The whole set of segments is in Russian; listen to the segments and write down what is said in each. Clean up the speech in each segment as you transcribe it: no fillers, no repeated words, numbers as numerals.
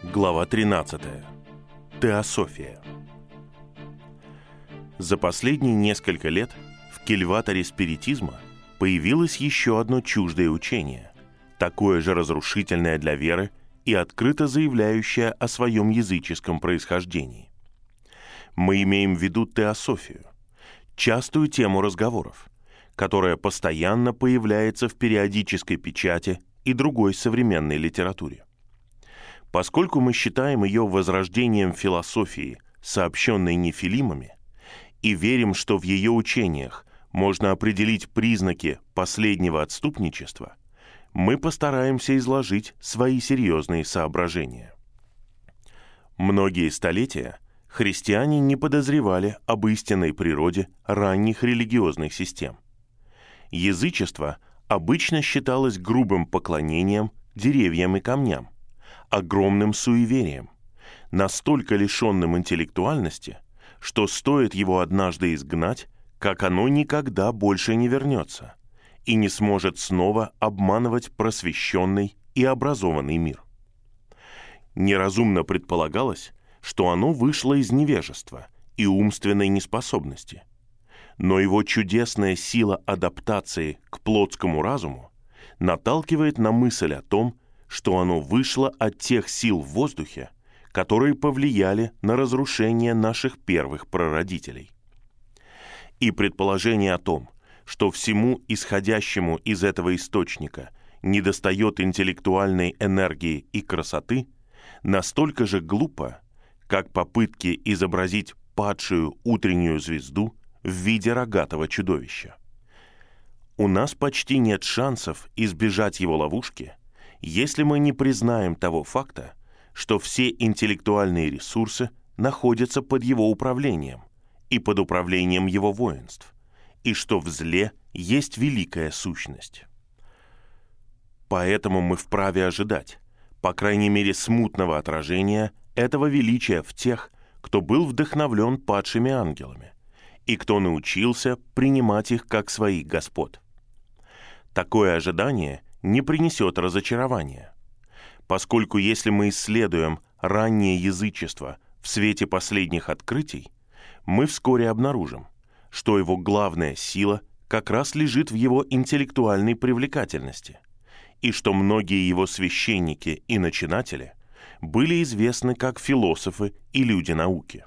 Глава 13. Теософия. За последние несколько лет в кильваторе спиритизма появилось еще одно чуждое учение, такое же разрушительное для веры и открыто заявляющее о своем языческом происхождении. Мы имеем в виду теософию, частую тему разговоров, которая постоянно появляется в периодической печати и другой современной литературе. Поскольку мы считаем ее возрождением философии, сообщенной нефилимами, и верим, что в ее учениях можно определить признаки последнего отступничества, мы постараемся изложить свои серьезные соображения. Многие столетия христиане не подозревали об истинной природе ранних религиозных систем. Язычество обычно считалось грубым поклонением деревьям и камням, огромным суеверием, настолько лишенным интеллектуальности, что стоит его однажды изгнать, как оно никогда больше не вернется и не сможет снова обманывать просвещенный и образованный мир. Неразумно предполагалось, что оно вышло из невежества и умственной неспособности, но его чудесная сила адаптации к плотскому разуму наталкивает на мысль о том, что оно вышло от тех сил в воздухе, которые повлияли на разрушение наших первых прародителей. И предположение о том, что всему исходящему из этого источника недостает интеллектуальной энергии и красоты, настолько же глупо, как попытки изобразить падшую утреннюю звезду в виде рогатого чудовища. У нас почти нет шансов избежать его ловушки, если мы не признаем того факта, что все интеллектуальные ресурсы находятся под его управлением и под управлением его воинств, и что в зле есть великая сущность. Поэтому мы вправе ожидать, по крайней мере, смутного отражения этого величия в тех, кто был вдохновлен падшими ангелами, и кто научился принимать их как своих господ. Такое ожидание не принесет разочарования, поскольку если мы исследуем раннее язычество в свете последних открытий, мы вскоре обнаружим, что его главная сила как раз лежит в его интеллектуальной привлекательности, и что многие его священники и начинатели были известны как философы и люди науки.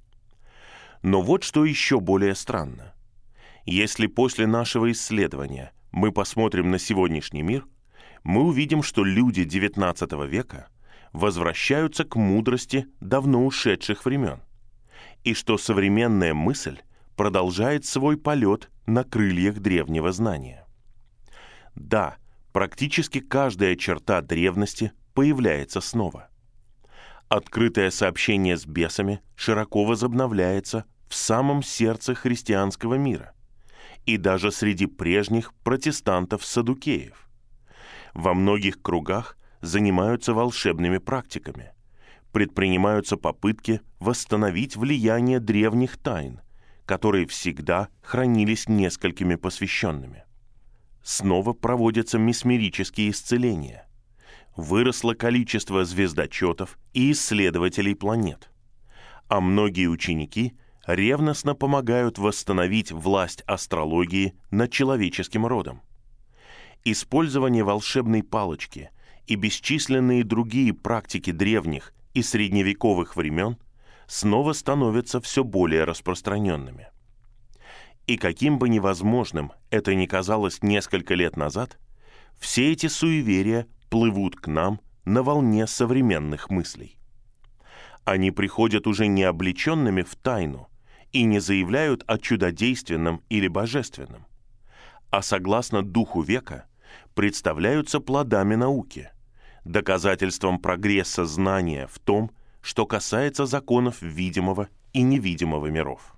Но вот что еще более странно. Если после нашего исследования мы посмотрим на сегодняшний мир, мы увидим, что люди XIX века возвращаются к мудрости давно ушедших времен, и что современная мысль продолжает свой полет на крыльях древнего знания. Да, практически каждая черта древности появляется снова. Открытое сообщение с бесами широко возобновляется в самом сердце христианского мира и даже среди прежних протестантов-саддукеев. Во многих кругах занимаются волшебными практиками, предпринимаются попытки восстановить влияние древних тайн, которые всегда хранились несколькими посвященными. Снова проводятся месмерические исцеления. Выросло количество звездочетов и исследователей планет. А многие ученики ревностно помогают восстановить власть астрологии над человеческим родом. Использование волшебной палочки и бесчисленные другие практики древних и средневековых времен снова становятся все более распространенными. И каким бы невозможным это ни казалось несколько лет назад, все эти суеверия плывут к нам на волне современных мыслей. Они приходят уже не облеченными в тайну и не заявляют о чудодейственном или божественном, а согласно духу века представляются плодами науки, доказательством прогресса знания в том, что касается законов видимого и невидимого миров.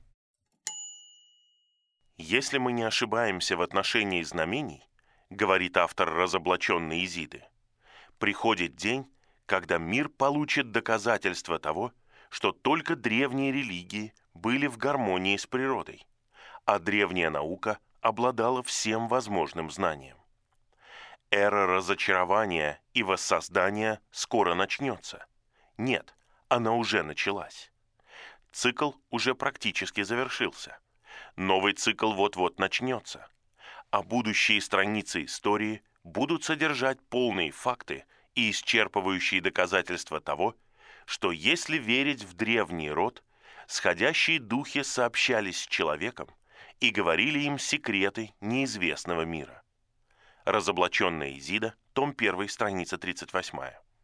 Если мы не ошибаемся в отношении знамений, говорит автор разоблаченной Изиды, приходит день, когда мир получит доказательство того, что только древние религии были в гармонии с природой, а древняя наука обладала всем возможным знанием. Эра разочарования и воссоздания скоро начнется, Нет, она уже началась. Цикл уже практически завершился. Новый цикл вот-вот начнется. А будущие страницы истории будут содержать полные факты и исчерпывающие доказательства того, что если верить в древний род, сходящие духи сообщались с человеком и говорили им секреты неизвестного мира. Разоблаченная Изида, том 1, страница 38.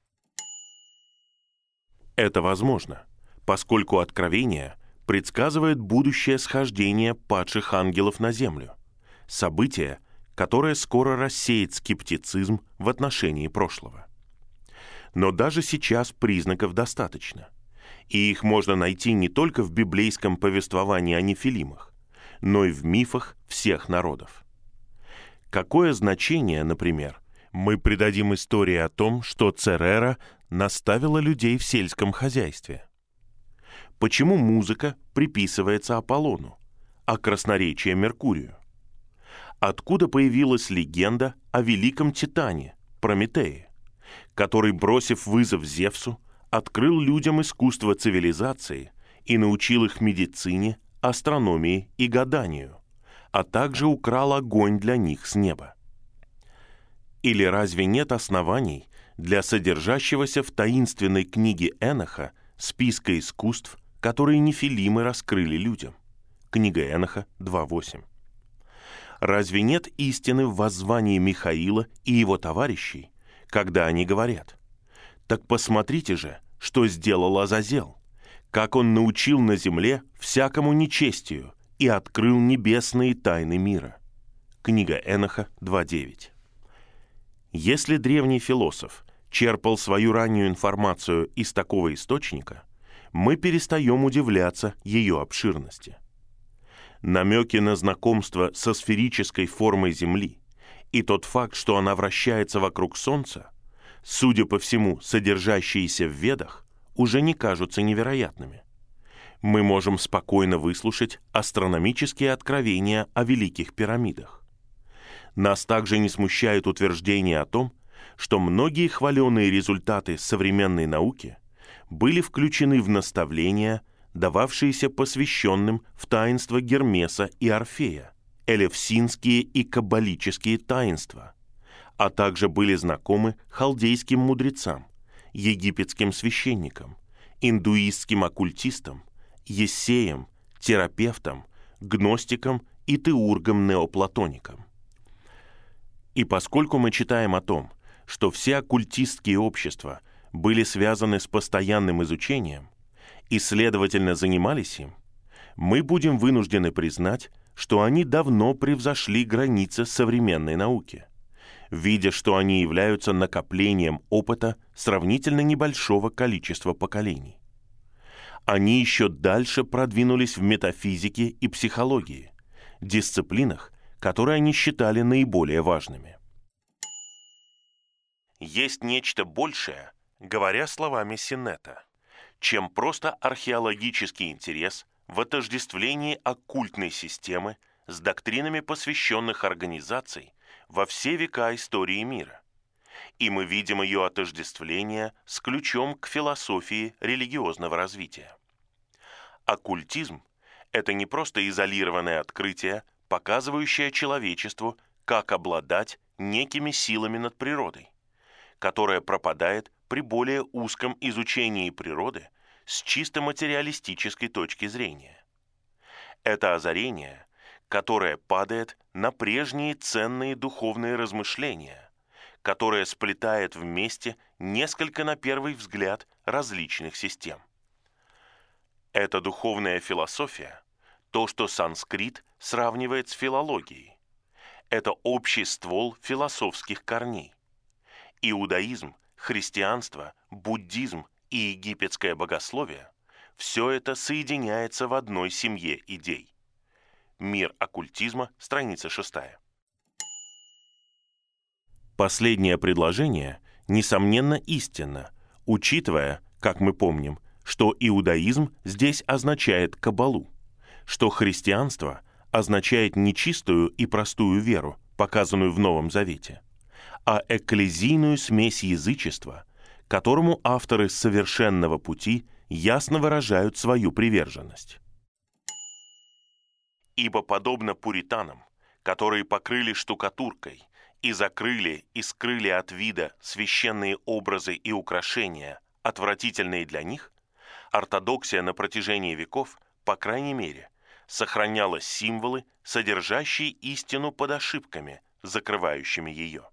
Это возможно, поскольку Откровение предсказывает будущее схождение падших ангелов на землю, событие, которое скоро рассеет скептицизм в отношении прошлого. Но даже сейчас признаков достаточно, и их можно найти не только в библейском повествовании о нефилимах, но и в мифах всех народов. Какое значение, например, мы придадим истории о том, что Церера наставила людей в сельском хозяйстве? Почему музыка приписывается Аполлону, а красноречие — Меркурию? Откуда появилась легенда о великом Титане, Прометее, который, бросив вызов Зевсу, открыл людям искусство цивилизации и научил их медицине, астрономии и гаданию, а также украл огонь для них с неба? Или разве нет оснований для содержащегося в таинственной книге Эноха списка искусств, которые нефилимы раскрыли людям? Книга Эноха 2.8. Разве нет истины в воззвании Михаила и его товарищей, когда они говорят: «Так посмотрите же, что сделал Азазел, как он научил на земле всякому нечестию и открыл небесные тайны мира». Книга Эноха 2.9. Если древний философ черпал свою раннюю информацию из такого источника, мы перестаем удивляться ее обширности. Намеки на знакомство со сферической формой Земли и тот факт, что она вращается вокруг Солнца, судя по всему, содержащиеся в Ведах, уже не кажутся невероятными. Мы можем спокойно выслушать астрономические откровения о великих пирамидах. Нас также не смущает утверждение о том, что многие хваленые результаты современной науки были включены в наставления, дававшиеся посвященным в таинства Гермеса и Орфея, элевсинские и каббалические таинства, а также были знакомы халдейским мудрецам, египетским священникам, индуистским оккультистам, ессеям, терапевтам, гностикам и теургам-неоплатоникам. И поскольку мы читаем о том, что все оккультистские общества были связаны с постоянным изучением и, следовательно, занимались им, мы будем вынуждены признать, что они давно превзошли границы современной науки, видя, что они являются накоплением опыта сравнительно небольшого количества поколений. Они еще дальше продвинулись в метафизике и психологии, дисциплинах, которые они считали наиболее важными. Есть нечто большее, говоря словами Синнета, чем просто археологический интерес в отождествлении оккультной системы с доктринами посвященных организаций во все века истории мира. И мы видим ее отождествление с ключом к философии религиозного развития. Оккультизм – это не просто изолированное открытие, показывающее человечеству, как обладать некими силами над природой, которое пропадает при более узком изучении природы с чисто материалистической точки зрения. Это озарение, которое падает на прежние ценные духовные размышления, которое сплетает вместе несколько, на первый взгляд, различных систем. Это духовная философия, то, что санскрит сравнивает с филологией. Это общий ствол философских корней. Иудаизм, христианство, буддизм и египетское богословие – все это соединяется в одной семье идей. Мир оккультизма, страница 6. Последнее предложение, несомненно, истинно, учитывая, как мы помним, что иудаизм здесь означает каббалу, что христианство означает не чистую и простую веру, показанную в Новом Завете, а экклезийную смесь язычества, которому авторы «Совершенного пути» ясно выражают свою приверженность. «Ибо подобно пуританам, которые покрыли штукатуркой и закрыли и скрыли от вида священные образы и украшения, отвратительные для них, ортодоксия на протяжении веков, по крайней мере, сохраняла символы, содержащие истину под ошибками, закрывающими ее».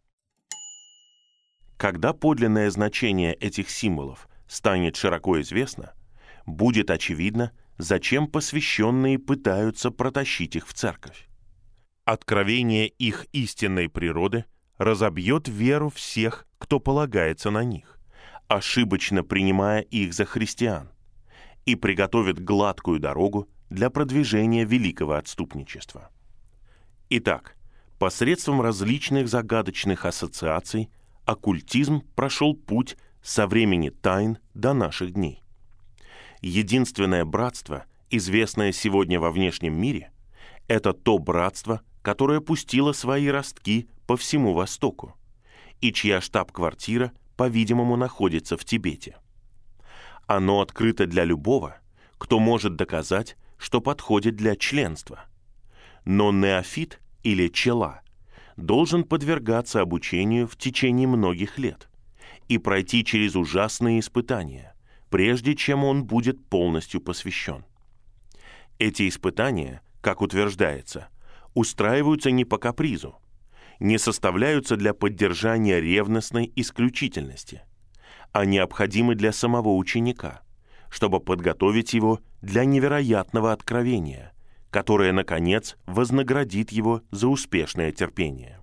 Когда подлинное значение этих символов станет широко известно, будет очевидно, зачем посвященные пытаются протащить их в церковь. Откровение их истинной природы разобьет веру всех, кто полагается на них, ошибочно принимая их за христиан, и приготовит гладкую дорогу для продвижения великого отступничества. Итак, посредством различных загадочных ассоциаций оккультизм прошел путь со времени тайн до наших дней. Единственное братство, известное сегодня во внешнем мире, это то братство, которое пустило свои ростки по всему Востоку и чья штаб-квартира, по-видимому, находится в Тибете. Оно открыто для любого, кто может доказать, что подходит для членства. Но неофит или чела должен подвергаться обучению в течение многих лет и пройти через ужасные испытания, прежде чем он будет полностью посвящен. Эти испытания, как утверждается, устраиваются не по капризу, не составляются для поддержания ревностной исключительности, а необходимы для самого ученика, чтобы подготовить его для невероятного откровения, которое, наконец, вознаградит его за успешное терпение.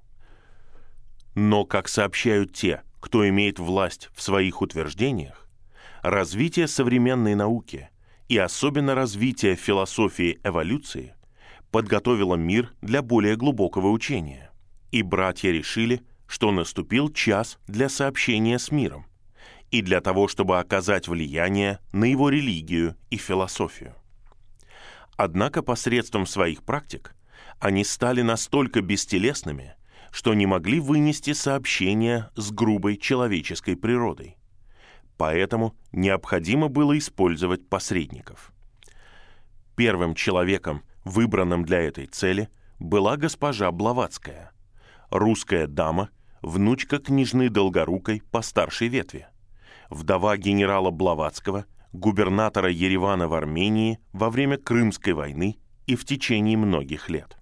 Но, как сообщают те, кто имеет власть в своих утверждениях, развитие современной науки и особенно развитие философии эволюции подготовило мир для более глубокого учения, и братья решили, что наступил час для сообщения с миром и для того, чтобы оказать влияние на его религию и философию. Однако посредством своих практик они стали настолько бестелесными, что не могли вынести сообщения с грубой человеческой природой. Поэтому необходимо было использовать посредников. Первым человеком, выбранным для этой цели, была госпожа Блаватская, русская дама, внучка княжны Долгорукой по старшей ветви, вдова генерала Блаватского, губернатора Еревана в Армении во время Крымской войны и в течение многих лет.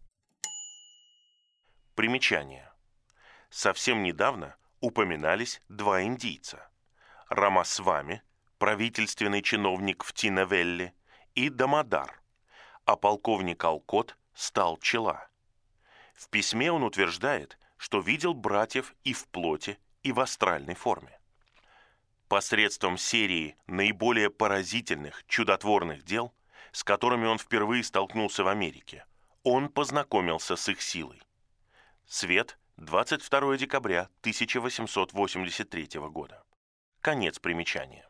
Примечание. Совсем недавно упоминались два индийца – Рамасвами, правительственный чиновник в Тинавелле, и Дамодар, а полковник Алкот стал чела. В письме он утверждает, что видел братьев и в плоти, и в астральной форме. Посредством серии наиболее поразительных, чудотворных дел, с которыми он впервые столкнулся в Америке, он познакомился с их силой. Свет, 22 декабря 1883 года. Конец примечания.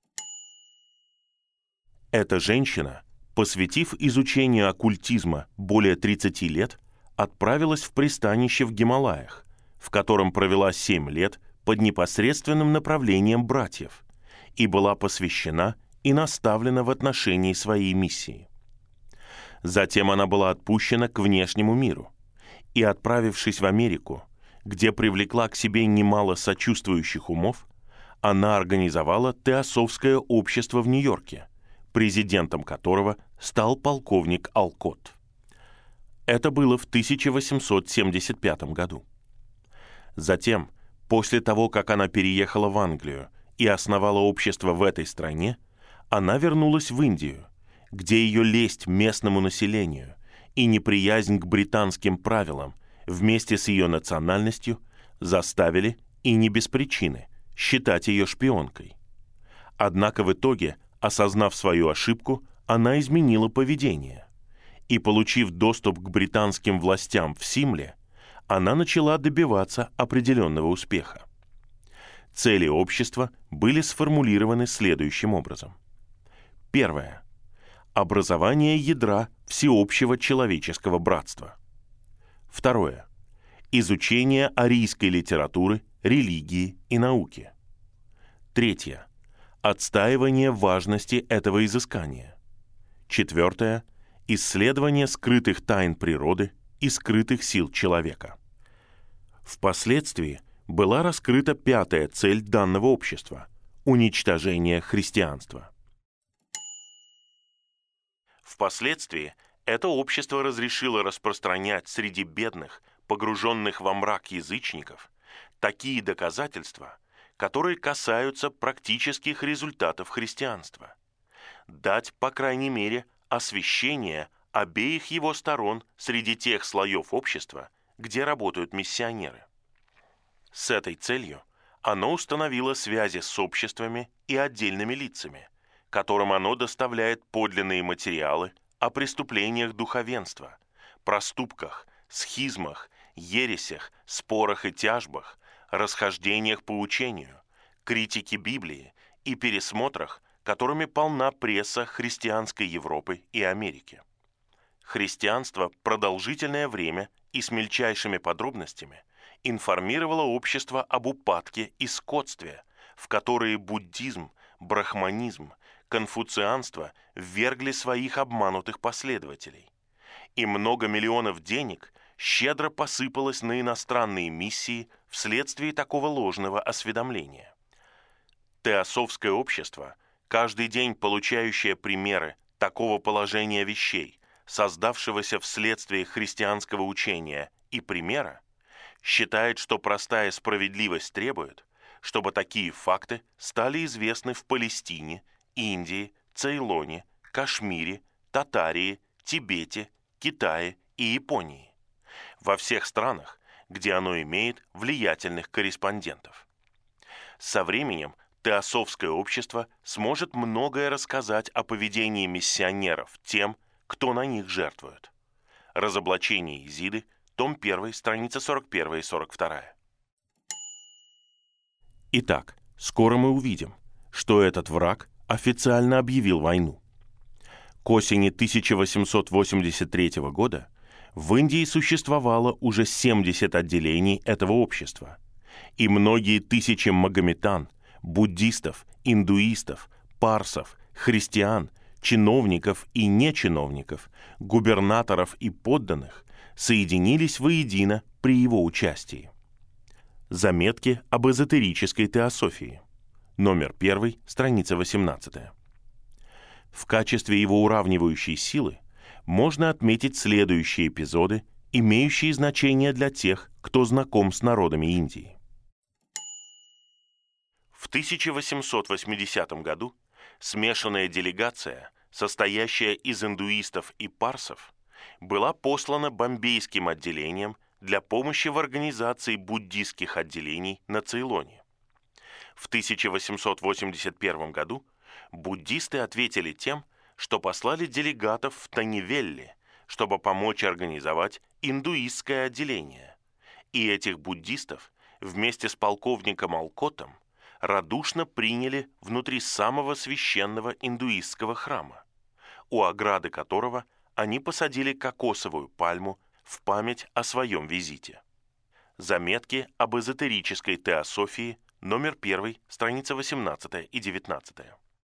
Эта женщина, посвятив изучению оккультизма более 30 лет, отправилась в пристанище в Гималаях, в котором провела 7 лет под непосредственным направлением братьев и была посвящена и наставлена в отношении своей миссии. Затем она была отпущена к внешнему миру и, отправившись в Америку, где привлекла к себе немало сочувствующих умов, она организовала Теософское общество в Нью-Йорке, президентом которого стал полковник Алкот. Это было в 1875 году. Затем, после того, как она переехала в Англию и основала общество в этой стране, она вернулась в Индию, где ее лесть местному населению и неприязнь к британским правилам вместе с ее национальностью заставили, и не без причины, считать ее шпионкой. Однако в итоге, осознав свою ошибку, она изменила поведение. И, получив доступ к британским властям в Симле, она начала добиваться определенного успеха. Цели общества были сформулированы следующим образом. Первое. Образование ядра всеобщего человеческого братства. Второе. Изучение арийской литературы, религии и науки. Третье. Отстаивание важности этого изыскания. Четвертое. Исследование скрытых тайн природы и скрытых сил человека. Впоследствии была раскрыта пятая цель данного общества – уничтожение христианства. Впоследствии это общество разрешило распространять среди бедных, погруженных во мрак язычников, такие доказательства, которые касаются практических результатов христианства. Дать, по крайней мере, освещение обеих его сторон среди тех слоев общества, где работают миссионеры. С этой целью оно установило связи с обществами и отдельными лицами, которым оно доставляет подлинные материалы о преступлениях духовенства, проступках, схизмах, ересях, спорах и тяжбах, расхождениях по учению, критике Библии и пересмотрах, которыми полна пресса христианской Европы и Америки. Христианство продолжительное время и с мельчайшими подробностями информировало общество об упадке и скотстве, в которые буддизм, брахманизм, конфуцианство ввергли своих обманутых последователей. И много миллионов денег щедро посыпалось на иностранные миссии вследствие такого ложного осведомления. Теософское общество, каждый день получающее примеры такого положения вещей, создавшегося вследствие христианского учения и примера, считает, что простая справедливость требует, чтобы такие факты стали известны в Палестине, Индии, Цейлоне, Кашмире, Татарии, Тибете, Китае и Японии, во всех странах, где оно имеет влиятельных корреспондентов. Со временем теософское общество сможет многое рассказать о поведении миссионеров тем, кто на них жертвует. Разоблачение Изиды, том 1, страница 41 и 42. Итак, скоро мы увидим, что этот враг официально объявил войну. К осени 1883 года в Индии существовало уже 70 отделений этого общества, и многие тысячи магометан, буддистов, индуистов, парсов, христиан, чиновников и нечиновников, губернаторов и подданных соединились воедино при его участии. Заметки об эзотерической теософии. Номер 1, страница 18. В качестве его уравнивающей силы можно отметить следующие эпизоды, имеющие значение для тех, кто знаком с народами Индии. В 1880 году смешанная делегация, состоящая из индуистов и парсов, была послана бомбейским отделением для помощи в организации буддистских отделений на Цейлоне. В 1881 году буддисты ответили тем, что послали делегатов в Танивелли, чтобы помочь организовать индуистское отделение. И этих буддистов вместе с полковником Алкотом радушно приняли внутри самого священного индуистского храма, у ограды которого они посадили кокосовую пальму в память о своем визите. Заметки об эзотерической теософии, номер 1, страница 18 и 19.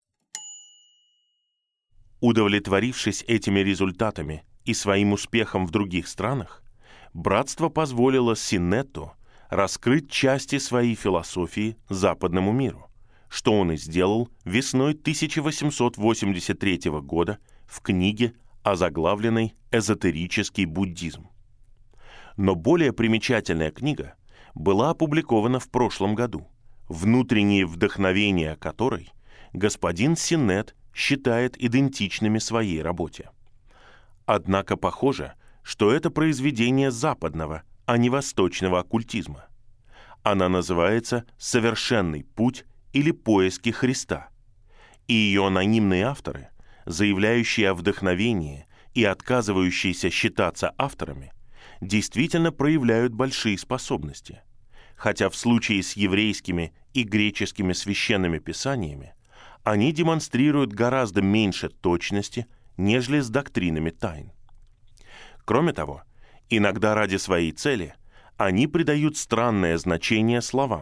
Удовлетворившись этими результатами и своим успехом в других странах, братство позволило Синнету раскрыть части своей философии западному миру, что он и сделал весной 1883 года в книге, озаглавленной «Эзотерический буддизм». Но более примечательная книга была опубликована в прошлом году, внутренние вдохновения которой господин Синнет считает идентичными своей работе. Однако похоже, что это произведение западного, а не восточного оккультизма. Она называется «Совершенный путь» или «Поиски Христа», и ее анонимные авторы, заявляющие о вдохновении и отказывающиеся считаться авторами, действительно проявляют большие способности, хотя в случае с еврейскими и греческими священными писаниями они демонстрируют гораздо меньше точности, нежели с доктринами тайн. Кроме того, иногда ради своей цели они придают странное значение словам,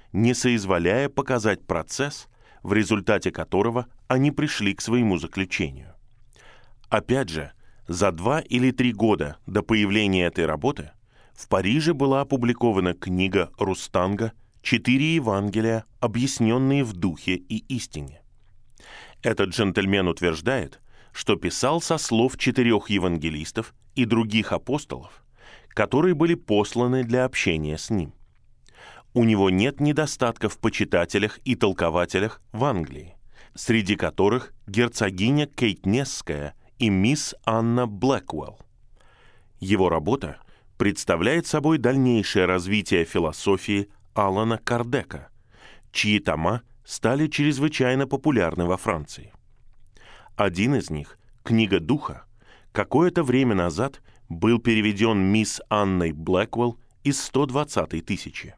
не соизволяя показать процесс, в результате которого они пришли к своему заключению. Опять же, за 2 или 3 года до появления этой работы в Париже была опубликована книга Рустанга «4 Евангелия, объясненные в духе и истине». Этот джентльмен утверждает, что писал со слов 4 евангелистов и других апостолов, которые были посланы для общения с ним. У него нет недостатков в почитателях и толкователях в Англии, среди которых герцогиня Кейтнесская и мисс Анна Блэквелл. Его работа представляет собой дальнейшее развитие философии Алана Кардека, чьи тома стали чрезвычайно популярны во Франции. Один из них, «Книга Духа», какое-то время назад был переведен мисс Анной Блэквелл из 120-й тысячи.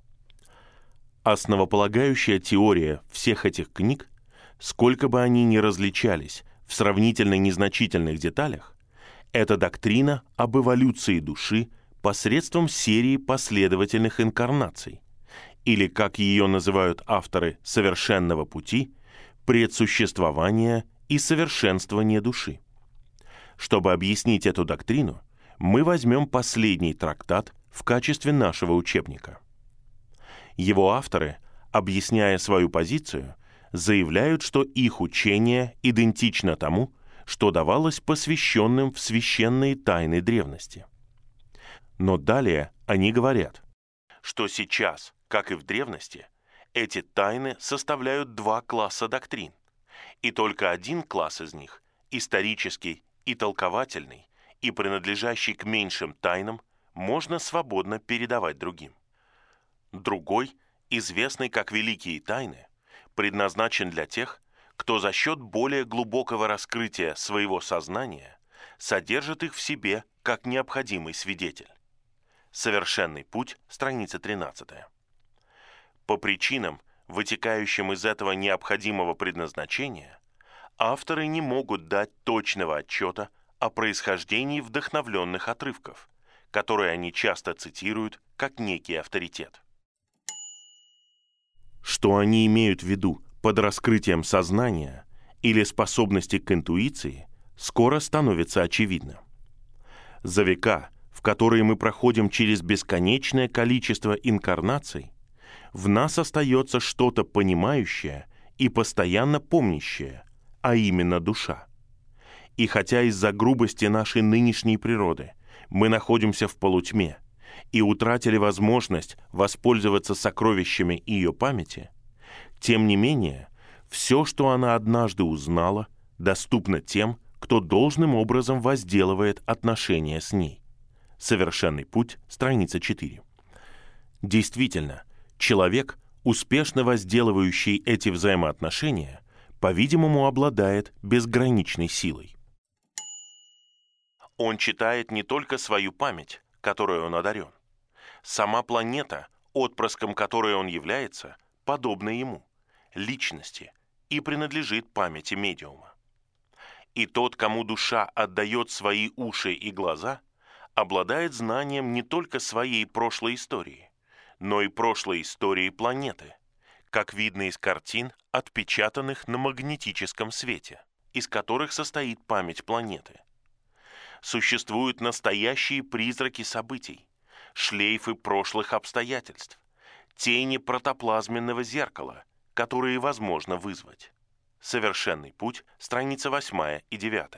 Основополагающая теория всех этих книг, сколько бы они ни различались в сравнительно незначительных деталях, это доктрина об эволюции души посредством серии последовательных инкарнаций, или, как ее называют авторы «совершенного пути», предсуществования и совершенствования души. Чтобы объяснить эту доктрину, мы возьмем последний трактат в качестве нашего учебника. Его авторы, объясняя свою позицию, заявляют, что их учение идентично тому, что давалось посвященным в священные тайны древности. Но далее они говорят, что сейчас, как и в древности, эти тайны составляют 2 класса доктрин, и только один класс из них, исторический и толковательный, и принадлежащий к меньшим тайнам, можно свободно передавать другим. Другой, известный как Великие тайны, предназначен для тех, кто за счет более глубокого раскрытия своего сознания содержит их в себе как необходимый свидетель. Совершенный путь, страница 13. По причинам, вытекающим из этого необходимого предназначения, авторы не могут дать точного отчета о происхождении вдохновленных отрывков, которые они часто цитируют как некий авторитет. Что они имеют в виду под раскрытием сознания или способности к интуиции, скоро становится очевидно. За века, в которые мы проходим через бесконечное количество инкарнаций, в нас остается что-то понимающее и постоянно помнящее, а именно душа. И хотя из-за грубости нашей нынешней природы мы находимся в полутьме и утратили возможность воспользоваться сокровищами ее памяти, тем не менее, все, что она однажды узнала, доступно тем, кто должным образом возделывает отношения с ней. Совершенный путь, страница 4. Действительно, человек, успешно возделывающий эти взаимоотношения, по-видимому, обладает безграничной силой. Он читает не только свою память, которой он одарен. Сама планета, отпрыском которой он является, подобна ему, личности, и принадлежит памяти медиума. И тот, кому душа отдает свои уши и глаза, обладает знанием не только своей прошлой истории, но и прошлой истории планеты, как видно из картин, отпечатанных на магнетическом свете, из которых состоит память планеты. Существуют настоящие призраки событий, шлейфы прошлых обстоятельств, тени протоплазменного зеркала, которые возможно вызвать. Совершенный путь, страница 8 и 9.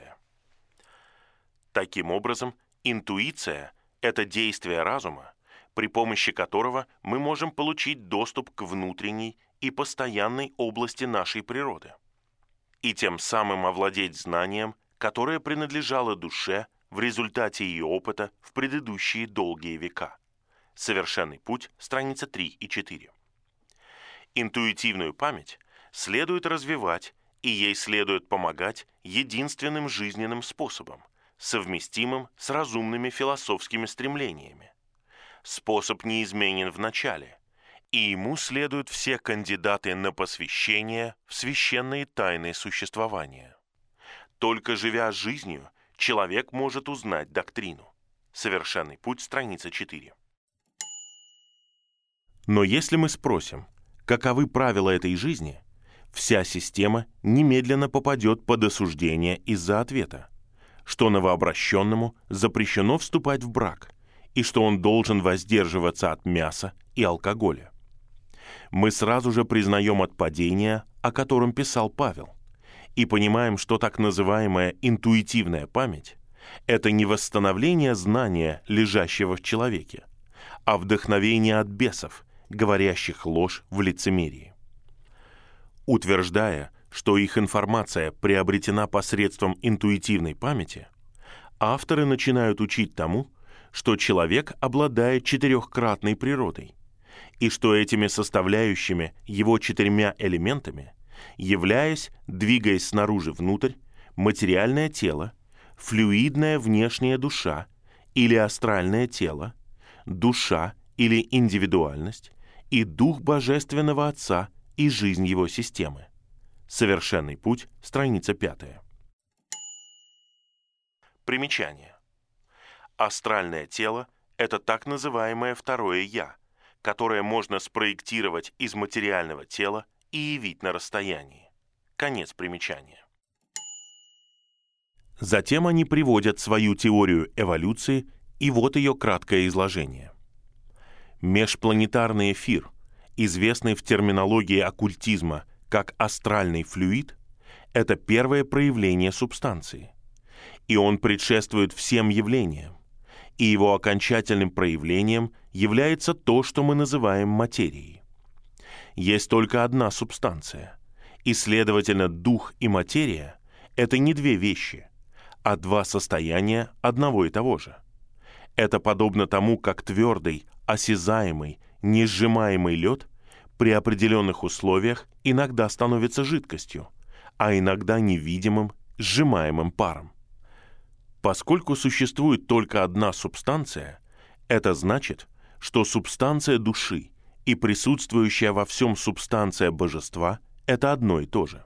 Таким образом, интуиция – это действие разума, при помощи которого мы можем получить доступ к внутренней и постоянной области нашей природы, и тем самым овладеть знанием, которое принадлежало душе в результате ее опыта в предыдущие долгие века. Совершенный путь, страница 3 и 4. Интуитивную память следует развивать, и ей следует помогать единственным жизненным способом, совместимым с разумными философскими стремлениями. Способ неизменен в начале, и ему следуют все кандидаты на посвящение в священные тайны существования. Только живя жизнью, человек может узнать доктрину. Совершенный путь, страница 4. Но если мы спросим, каковы правила этой жизни, вся система немедленно попадет под осуждение из-за ответа, что новообращенному запрещено вступать в брак и что он должен воздерживаться от мяса и алкоголя. Мы сразу же признаем отпадение, о котором писал Павел, и понимаем, что так называемая интуитивная память – это не восстановление знания, лежащего в человеке, а вдохновение от бесов, говорящих ложь в лицемерии. Утверждая, что их информация приобретена посредством интуитивной памяти, авторы начинают учить тому, что человек обладает четырехкратной природой, и что этими составляющими его четырьмя элементами, являясь, двигаясь снаружи внутрь, материальное тело, флюидная внешняя душа или астральное тело, душа или индивидуальность и дух Божественного Отца и жизнь его системы. Совершенный путь, страница 5. Примечание. Астральное тело – это так называемое второе «я», которое можно спроектировать из материального тела и явить на расстоянии. Конец примечания. Затем они приводят свою теорию эволюции, и вот ее краткое изложение. Межпланетарный эфир, известный в терминологии оккультизма как астральный флюид, это первое проявление субстанции, и он предшествует всем явлениям, и его окончательным проявлением является то, что мы называем материей. Есть только одна субстанция, и, следовательно, дух и материя – это не две вещи, а два состояния одного и того же. Это подобно тому, как твердый, осязаемый, несжимаемый лед при определенных условиях иногда становится жидкостью, а иногда невидимым, сжимаемым паром. Поскольку существует только одна субстанция, это значит, что субстанция души и присутствующая во всем субстанция божества – это одно и то же.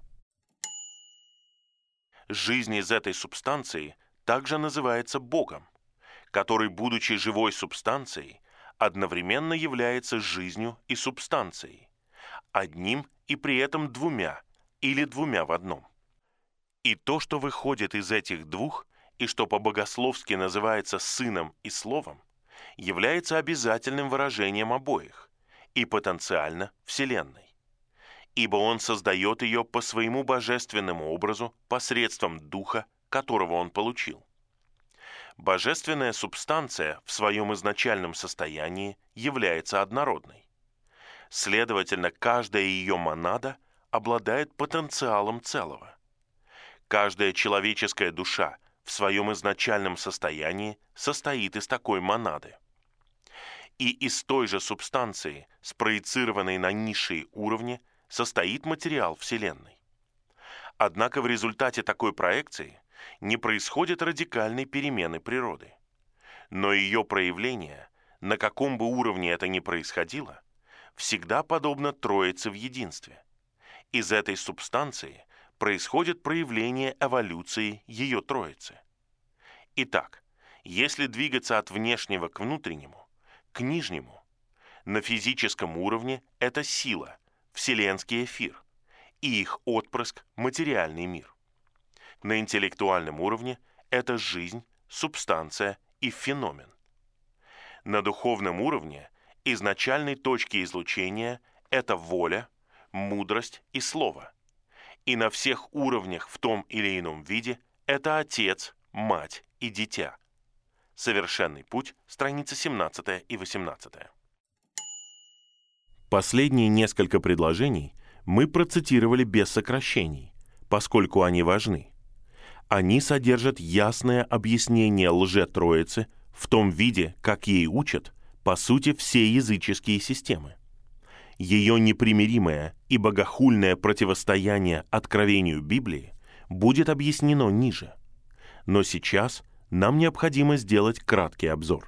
Жизнь из этой субстанции также называется Богом, который, будучи живой субстанцией, одновременно является жизнью и субстанцией, одним и при этом двумя или двумя в одном. И то, что выходит из этих двух, и что по-богословски называется Сыном и Словом, является обязательным выражением обоих и потенциально Вселенной, ибо Он создает ее по своему божественному образу посредством Духа, которого Он получил. Божественная субстанция в своем изначальном состоянии является однородной. Следовательно, каждая ее монада обладает потенциалом целого. Каждая человеческая душа в своем изначальном состоянии состоит из такой монады. И из той же субстанции, спроецированной на низшие уровни, состоит материал Вселенной. Однако в результате такой проекции не происходит радикальной перемены природы. Но ее проявление, на каком бы уровне это ни происходило, всегда подобно Троице в единстве. Из этой субстанции происходит проявление эволюции ее Троицы. Итак, если двигаться от внешнего к внутреннему, к нижнему, на физическом уровне это сила, вселенский эфир, и их отпрыск – материальный мир. На интеллектуальном уровне это жизнь, субстанция и феномен. На духовном уровне изначальной точки излучения – это воля, мудрость и слово. И на всех уровнях в том или ином виде это отец, мать и дитя. Совершенный путь, страницы 17 и 18. Последние несколько предложений мы процитировали без сокращений, поскольку они важны. Они содержат ясное объяснение лже-троицы в том виде, как ей учат, по сути, все языческие системы. Ее непримиримое и богохульное противостояние откровению Библии будет объяснено ниже. Но сейчас нам необходимо сделать краткий обзор.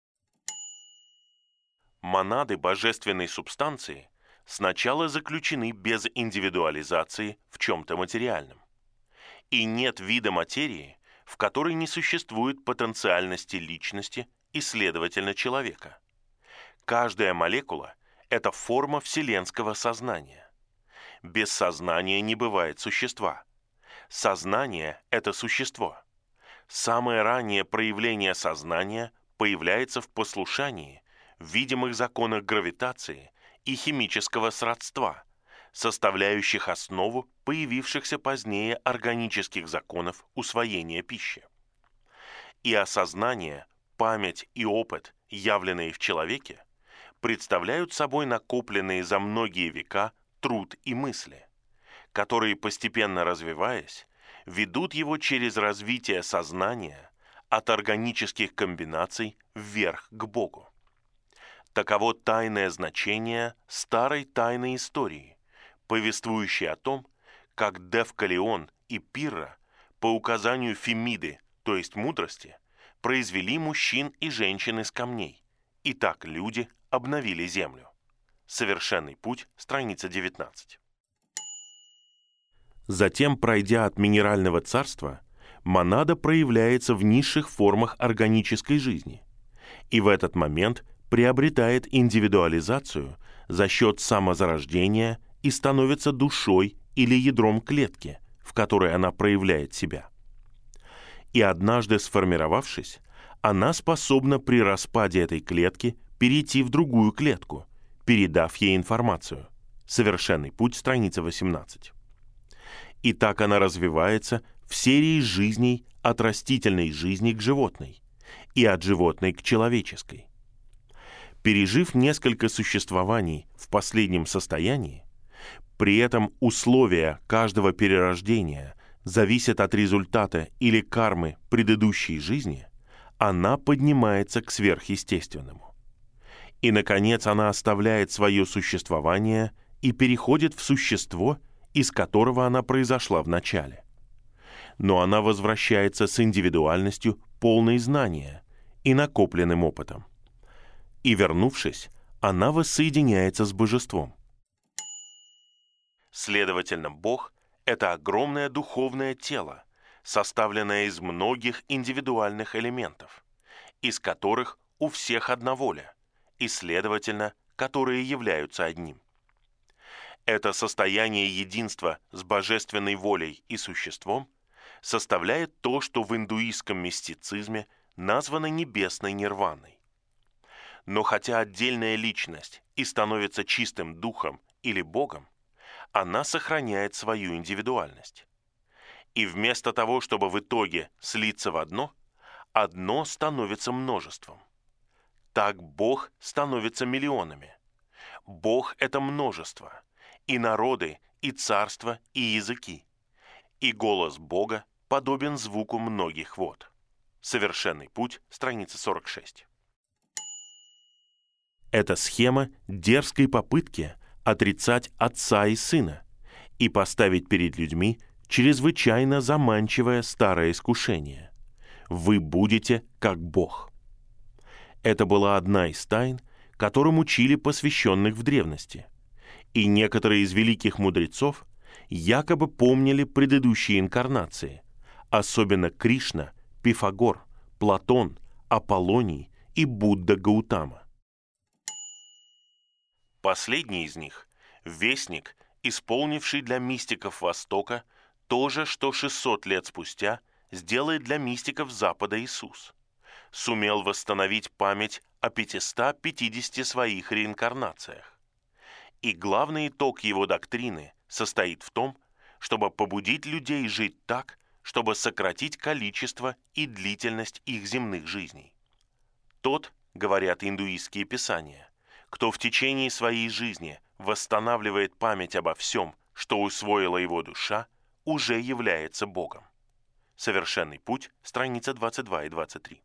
Монады божественной субстанции сначала заключены без индивидуализации в чем-то материальном. И нет вида материи, в которой не существует потенциальности личности и, следовательно, человека. Каждая молекула – это форма вселенского сознания. Без сознания не бывает существа. Сознание – это существо. Самое раннее проявление сознания появляется в послушании, в видимых законах гравитации и химического сродства, составляющих основу появившихся позднее органических законов усвоения пищи. И осознание, память и опыт, явленные в человеке, представляют собой накопленные за многие века труд и мысли, которые, постепенно развиваясь, ведут его через развитие сознания от органических комбинаций вверх к Богу. Таково тайное значение старой тайной истории, повествующей о том, как Девкалион и Пирра по указанию Фемиды, то есть мудрости, произвели мужчин и женщин из камней, и так люди обновили землю. Совершенный путь, страница 19. Затем, пройдя от минерального царства, монада проявляется в низших формах органической жизни, и в этот момент приобретает индивидуализацию за счет самозарождения и становится душой или ядром клетки, в которой она проявляет себя. И однажды сформировавшись, она способна при распаде этой клетки перейти в другую клетку, передав ей информацию. Совершенный путь, страница 18. И так она развивается в серии жизней от растительной жизни к животной и от животной к человеческой. Пережив несколько существований в последнем состоянии, при этом условия каждого перерождения зависят от результата или кармы предыдущей жизни, она поднимается к сверхъестественному. И, наконец, она оставляет свое существование и переходит в существо, из которого она произошла в начале. Но она возвращается с индивидуальностью полной знания и накопленным опытом. И, вернувшись, она воссоединяется с божеством. Следовательно, Бог – это огромное духовное тело, составленное из многих индивидуальных элементов, из которых у всех одна воля, и, следовательно, которые являются одним. Это состояние единства с божественной волей и существом составляет то, что в индуистском мистицизме названо небесной нирваной. Но хотя отдельная личность и становится чистым духом или Богом, она сохраняет свою индивидуальность. И вместо того, чтобы в итоге слиться в одно, одно становится множеством. Так Бог становится миллионами. Бог – это множество, и народы, и царства, и языки. И голос Бога подобен звуку многих вод. Совершенный путь, страница 46. Это схема дерзкой попытки отрицать Отца и Сына и поставить перед людьми чрезвычайно заманчивое старое искушение. Вы будете как Бог. Это была одна из тайн, которым учили посвященных в древности. И некоторые из великих мудрецов якобы помнили предыдущие инкарнации, особенно Кришна, Пифагор, Платон, Аполлоний и Будда Гаутама. Последний из них – вестник, исполнивший для мистиков Востока то же, что 600 лет спустя сделает для мистиков Запада Иисус. Сумел восстановить память о 550 своих реинкарнациях. И главный итог его доктрины состоит в том, чтобы побудить людей жить так, чтобы сократить количество и длительность их земных жизней. Тот, говорят индуистские писания, кто в течение своей жизни восстанавливает память обо всем, что усвоила его душа, уже является Богом. Совершенный путь, страница 22 и 23.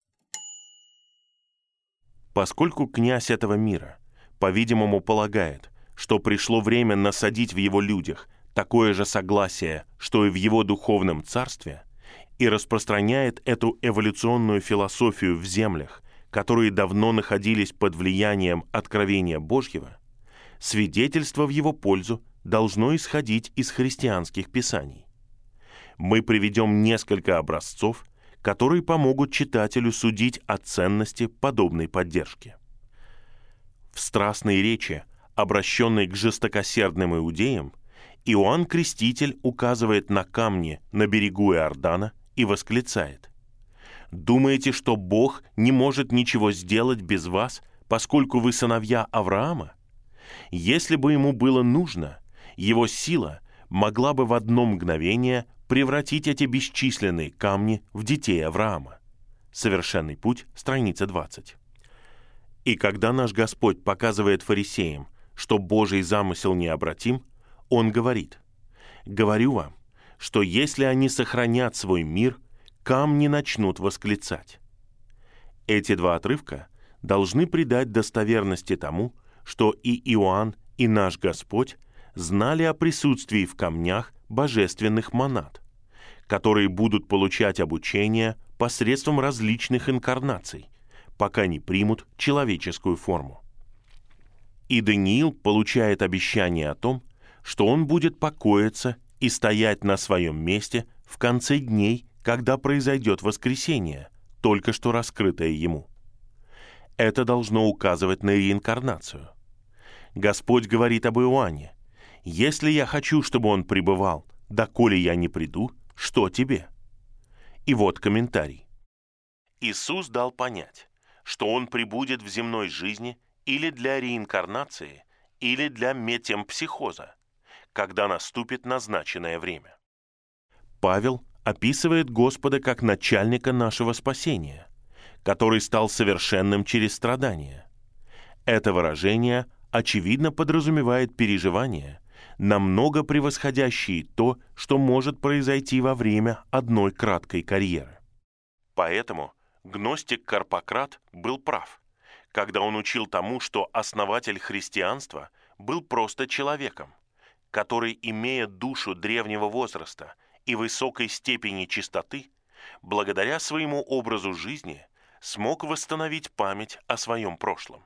Поскольку князь этого мира, по-видимому, полагает, что пришло время насадить в его людях такое же согласие, что и в его духовном царстве, и распространяет эту эволюционную философию в землях, которые давно находились под влиянием откровения Божьего, свидетельство в его пользу должно исходить из христианских писаний. Мы приведем несколько образцов, которые помогут читателю судить о ценности подобной поддержки. В страстной речи, обращенной к жестокосердным иудеям, Иоанн Креститель указывает на камни на берегу Иордана и восклицает: «Думаете, что Бог не может ничего сделать без вас, поскольку вы сыновья Авраама? Если бы ему было нужно, его сила могла бы в одно мгновение превратить эти бесчисленные камни в детей Авраама». Совершенный путь, страница 20. И когда наш Господь показывает фарисеям, что Божий замысел необратим, Он говорит: «Говорю вам, что если они сохранят свой мир, камни начнут восклицать». Эти два отрывка должны придать достоверности тому, что и Иоанн, и наш Господь знали о присутствии в камнях божественных монад, которые будут получать обучение посредством различных инкарнаций, пока не примут человеческую форму. И Даниил получает обещание о том, что он будет покоиться и стоять на своем месте в конце дней, когда произойдет воскресение, только что раскрытое ему. Это должно указывать на реинкарнацию. Господь говорит об Иоанне: «Если я хочу, чтобы он пребывал, доколе я не приду, что тебе?» И вот комментарий. Иисус дал понять, что он пребудет в земной жизни или для реинкарнации, или для метемпсихоза, когда наступит назначенное время. Павел описывает Господа как начальника нашего спасения, который стал совершенным через страдания. Это выражение очевидно подразумевает переживания, намного превосходящие то, что может произойти во время одной краткой карьеры. Поэтому гностик Карпократ был прав, когда он учил тому, что основатель христианства был просто человеком, который, имея душу древнего возраста и высокой степени чистоты, благодаря своему образу жизни смог восстановить память о своем прошлом.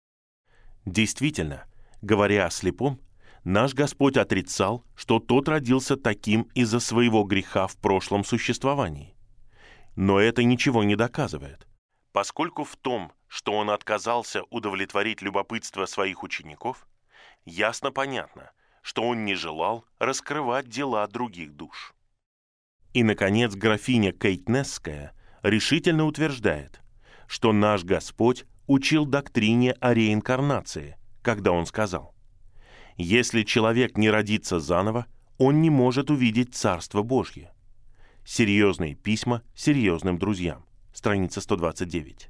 Действительно, говоря о слепом, наш Господь отрицал, что тот родился таким из-за своего греха в прошлом существовании. Но это ничего не доказывает, поскольку в том, что он отказался удовлетворить любопытство своих учеников, ясно понятно, что он не желал раскрывать дела других душ. И, наконец, графиня Кейтнесская решительно утверждает, что наш Господь учил доктрине о реинкарнации, когда он сказал: «Если человек не родится заново, он не может увидеть Царство Божье». Серьезные письма серьезным друзьям, страница 129.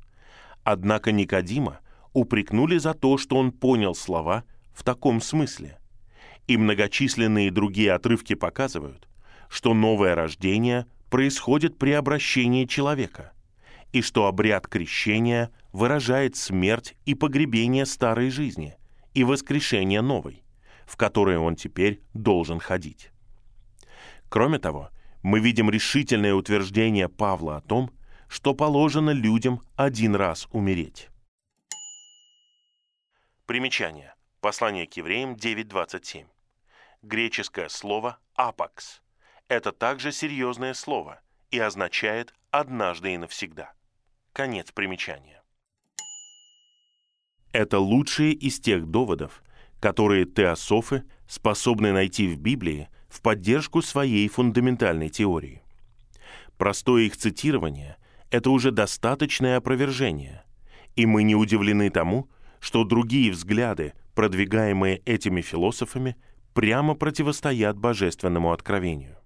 Однако Никодима упрекнули за то, что он понял слова в таком смысле, и многочисленные другие отрывки показывают, что новое рождение происходит при обращении человека, и что обряд крещения выражает смерть и погребение старой жизни и воскрешение новой, в которой он теперь должен ходить. Кроме того, мы видим решительное утверждение Павла о том, что положено людям один раз умереть. Примечание. Послание к евреям 9:27. Греческое слово «апакс» — это также серьезное слово и означает «однажды и навсегда». Конец примечания. Это лучшие из тех доводов, которые теософы способны найти в Библии в поддержку своей фундаментальной теории. Простое их цитирование — это уже достаточное опровержение, и мы не удивлены тому, что другие взгляды, продвигаемые этими философами, прямо противостоят божественному откровению.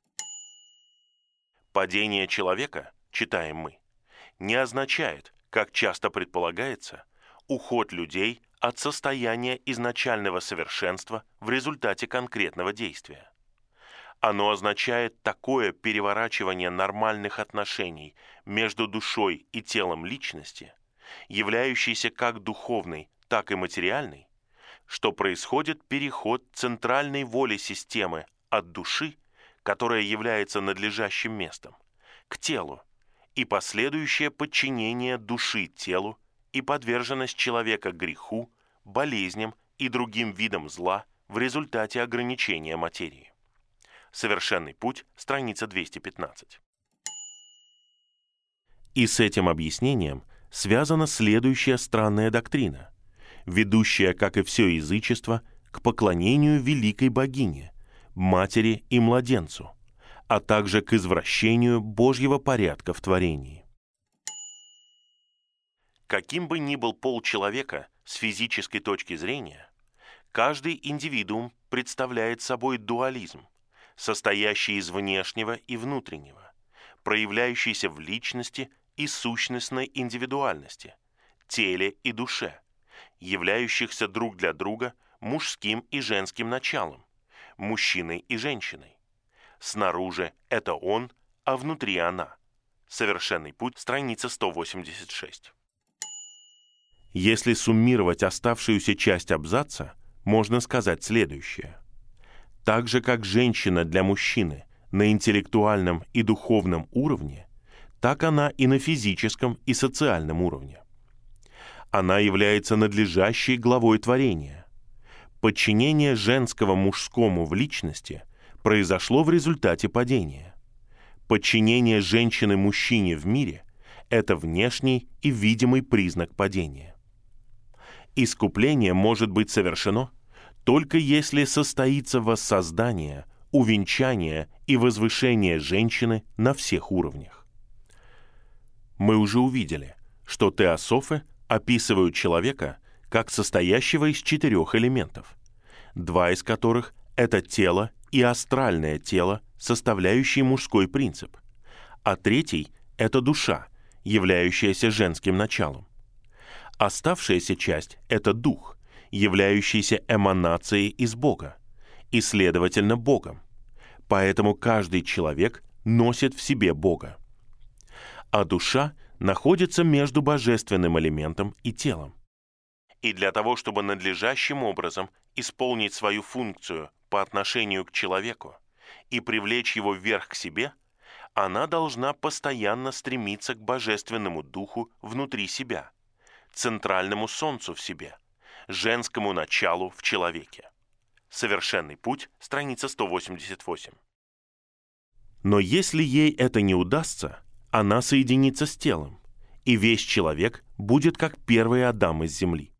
Падение человека, читаем мы, не означает, как часто предполагается, уход людей от состояния изначального совершенства в результате конкретного действия. Оно означает такое переворачивание нормальных отношений между душой и телом личности, являющейся как духовной, так и материальной, что происходит переход центральной воли системы от души, которая является надлежащим местом, к телу, и последующее подчинение души телу и подверженность человека греху, болезням и другим видам зла в результате ограничения материи. Совершенный путь, страница 215. И с этим объяснением связана следующая странная доктрина. ведущая, как и все язычество, к поклонению великой богине, матери и младенцу, а также к извращению Божьего порядка в творении. Каким бы ни был пол человека с физической точки зрения, каждый индивидуум представляет собой дуализм, состоящий из внешнего и внутреннего, проявляющийся в личности и сущностной индивидуальности, теле и душе, являющихся друг для друга мужским и женским началом, мужчиной и женщиной. Снаружи это он, а внутри она. Совершенный путь, страница 186. Если суммировать оставшуюся часть абзаца, можно сказать следующее. Так же, как женщина для мужчины на интеллектуальном и духовном уровне, так она и на физическом и социальном уровне. Она является надлежащей главой творения. Подчинение женского мужскому в личности произошло в результате падения. Подчинение женщины мужчине в мире – это внешний и видимый признак падения. Искупление может быть совершено только если состоится воссоздание, увенчание и возвышение женщины на всех уровнях. Мы уже увидели, что теософы описывают человека как состоящего из 4 элементов, 2 из которых – это тело и астральное тело, составляющие мужской принцип, а 3 – это душа, являющаяся женским началом. Оставшаяся часть – это дух, являющийся эманацией из Бога, и, следовательно, Богом. Поэтому каждый человек носит в себе Бога. А душа находится между божественным элементом и телом. И для того, чтобы надлежащим образом исполнить свою функцию по отношению к человеку и привлечь его вверх к себе, она должна постоянно стремиться к божественному духу внутри себя, центральному солнцу в себе, женскому началу в человеке. Совершенный путь, страница 188. Но если ей это не удастся, она соединится с телом, и весь человек будет как первый Адам из земли.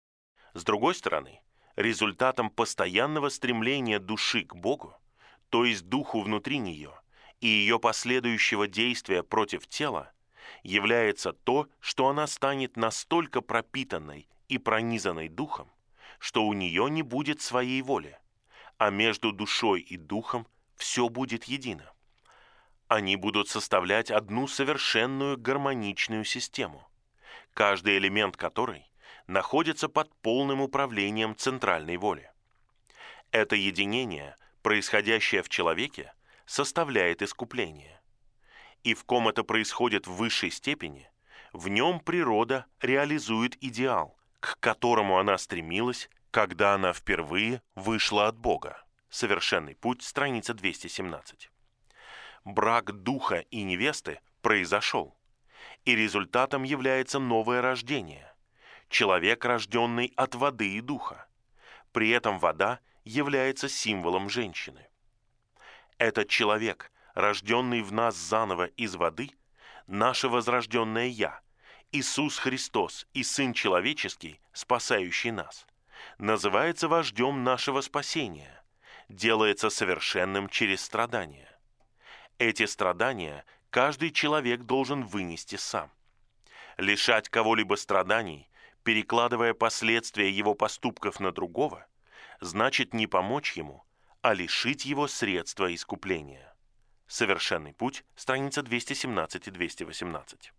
С другой стороны, результатом постоянного стремления души к Богу, то есть духу внутри нее, и ее последующего действия против тела, является то, что она станет настолько пропитанной и пронизанной духом, что у нее не будет своей воли, а между душой и духом все будет едино. Они будут составлять одну совершенную гармоничную систему, каждый элемент которой находится под полным управлением центральной воли. Это единение, происходящее в человеке, составляет искупление. И в ком это происходит в высшей степени, в нем природа реализует идеал, к которому она стремилась, когда она впервые вышла от Бога. Совершенный путь, страница 217. Брак духа и невесты произошел, и результатом является новое рождение. Человек, рожденный от воды и духа. При этом вода является символом женщины. Этот человек, рожденный в нас заново из воды, наше возрожденное «Я», Иисус Христос и Сын Человеческий, спасающий нас, называется вождем нашего спасения, делается совершенным через страдания. Эти страдания каждый человек должен вынести сам. Лишать кого-либо страданий, перекладывая последствия его поступков на другого, значит не помочь ему, а лишить его средства искупления. Совершенный путь, страница 217 и 218.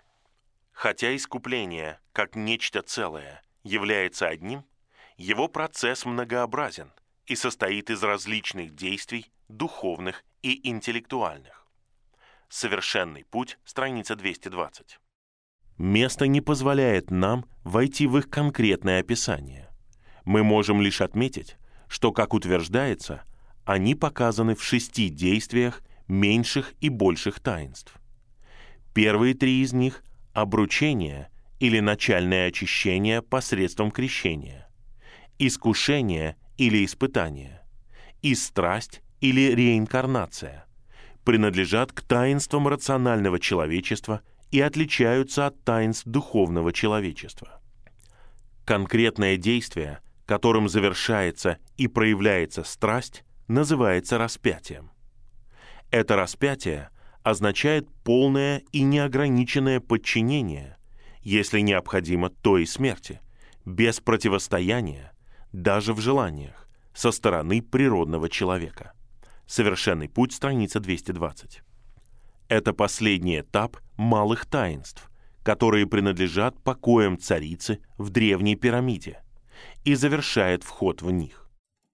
Хотя искупление, как нечто целое, является одним, его процесс многообразен и состоит из различных действий, духовных и интеллектуальных. Совершенный путь, страница 220. Место не позволяет нам войти в их конкретное описание. Мы можем лишь отметить, что, как утверждается, они показаны в 6 действиях меньших и больших таинств. Первые 3 из них – обручение или начальное очищение посредством крещения, искушение или испытание, и страсть или реинкарнация, принадлежат к таинствам рационального человечества и отличаются от таинств духовного человечества. Конкретное действие, которым завершается и проявляется страсть, называется распятием. Это распятие означает полное и неограниченное подчинение, если необходимо, то и смерти, без противостояния, даже в желаниях, со стороны природного человека. Совершенный путь, страница 220. Это последний этап малых таинств, которые принадлежат покоям царицы в древней пирамиде, и завершает вход в них.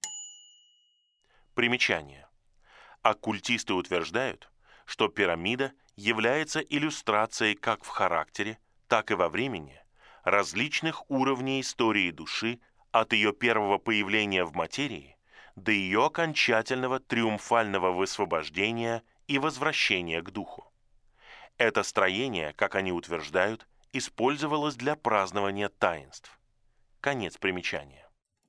Примечание. Оккультисты утверждают, что пирамида является иллюстрацией как в характере, так и во времени различных уровней истории души от ее первого появления в материи до ее окончательного триумфального высвобождения и возвращения к духу. Это строение, как они утверждают, использовалось для празднования таинств. Конец примечания.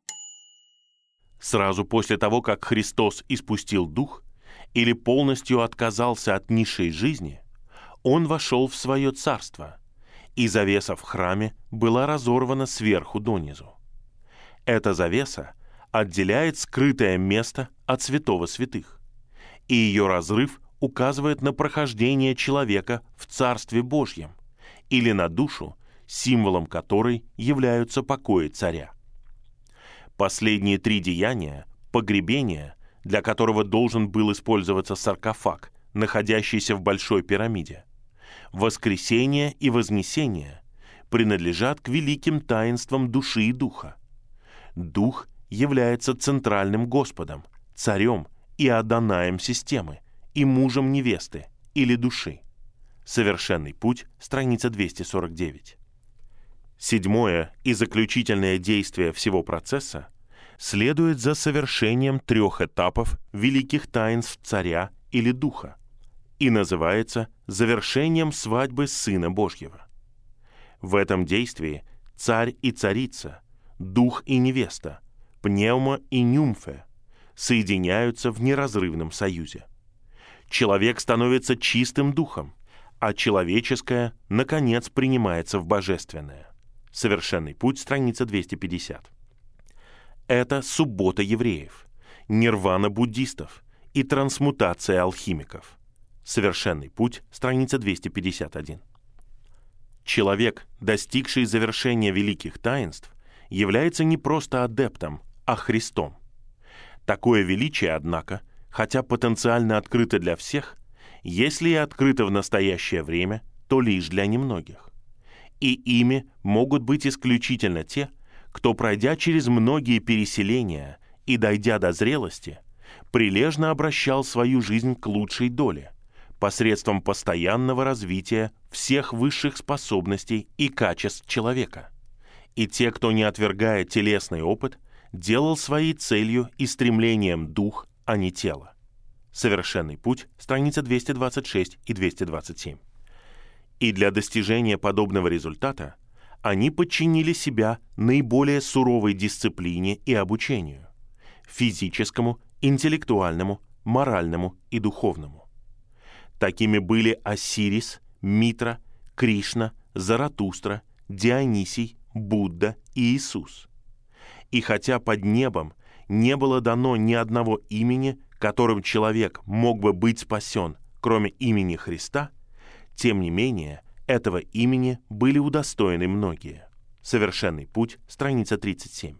Сразу после того, как Христос испустил дух или полностью отказался от низшей жизни, он вошел в свое царство, и завеса в храме была разорвана сверху донизу. Эта завеса отделяет скрытое место от святого святых, и ее разрыв указывает на прохождение человека в Царстве Божьем или на душу, символом которой являются покои царя. Последние 3 деяния – погребение, для которого должен был использоваться саркофаг, находящийся в Большой пирамиде, воскресение и вознесение принадлежат к великим таинствам души и духа. Дух является центральным Господом, царем и Адонаем системы, и мужем невесты или души. Совершенный путь, страница 249. Седьмое и заключительное действие всего процесса следует за совершением 3 этапов великих таинств царя или духа и называется завершением свадьбы Сына Божьего. В этом действии царь и царица, дух и невеста, пневма и нюмфе соединяются в неразрывном союзе. Человек становится чистым духом, а человеческое, наконец, принимается в божественное. Совершенный путь, страница 250. Это суббота евреев, нирвана буддистов и трансмутация алхимиков. Совершенный путь, страница 251. Человек, достигший завершения великих таинств, является не просто адептом, а Христом. Такое величие, однако, хотя потенциально открыто для всех, если и открыто в настоящее время, то лишь для немногих. И ими могут быть исключительно те, кто, пройдя через многие переселения и дойдя до зрелости, прилежно обращал свою жизнь к лучшей доле, посредством постоянного развития всех высших способностей и качеств человека. И те, кто, не отвергая телесный опыт, делал своей целью и стремлением дух, а не тело. Совершенный путь, страница 226 и 227. И для достижения подобного результата они подчинили себя наиболее суровой дисциплине и обучению – физическому, интеллектуальному, моральному и духовному. Такими были Осирис, Митра, Кришна, Заратустра, Дионисий, Будда и Иисус. И хотя под небом не было дано ни одного имени, которым человек мог бы быть спасен, кроме имени Христа, тем не менее, этого имени были удостоены многие. Совершенный путь, страница 37.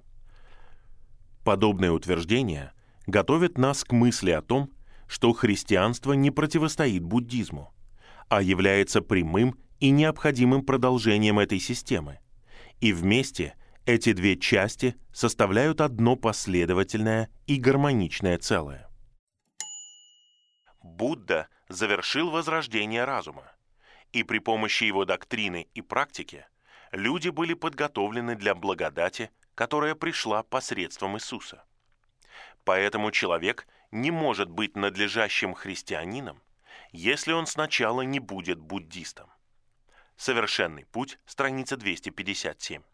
Подобное утверждение готовит нас к мысли о том, что христианство не противостоит буддизму, а является прямым и необходимым продолжением этой системы. И вместе эти 2 части составляют одно последовательное и гармоничное целое. Будда завершил возрождение разума, и при помощи его доктрины и практики люди были подготовлены для благодати, которая пришла посредством Иисуса. Поэтому человек не может быть надлежащим христианином, если он сначала не будет буддистом. Совершенный путь, страница 257.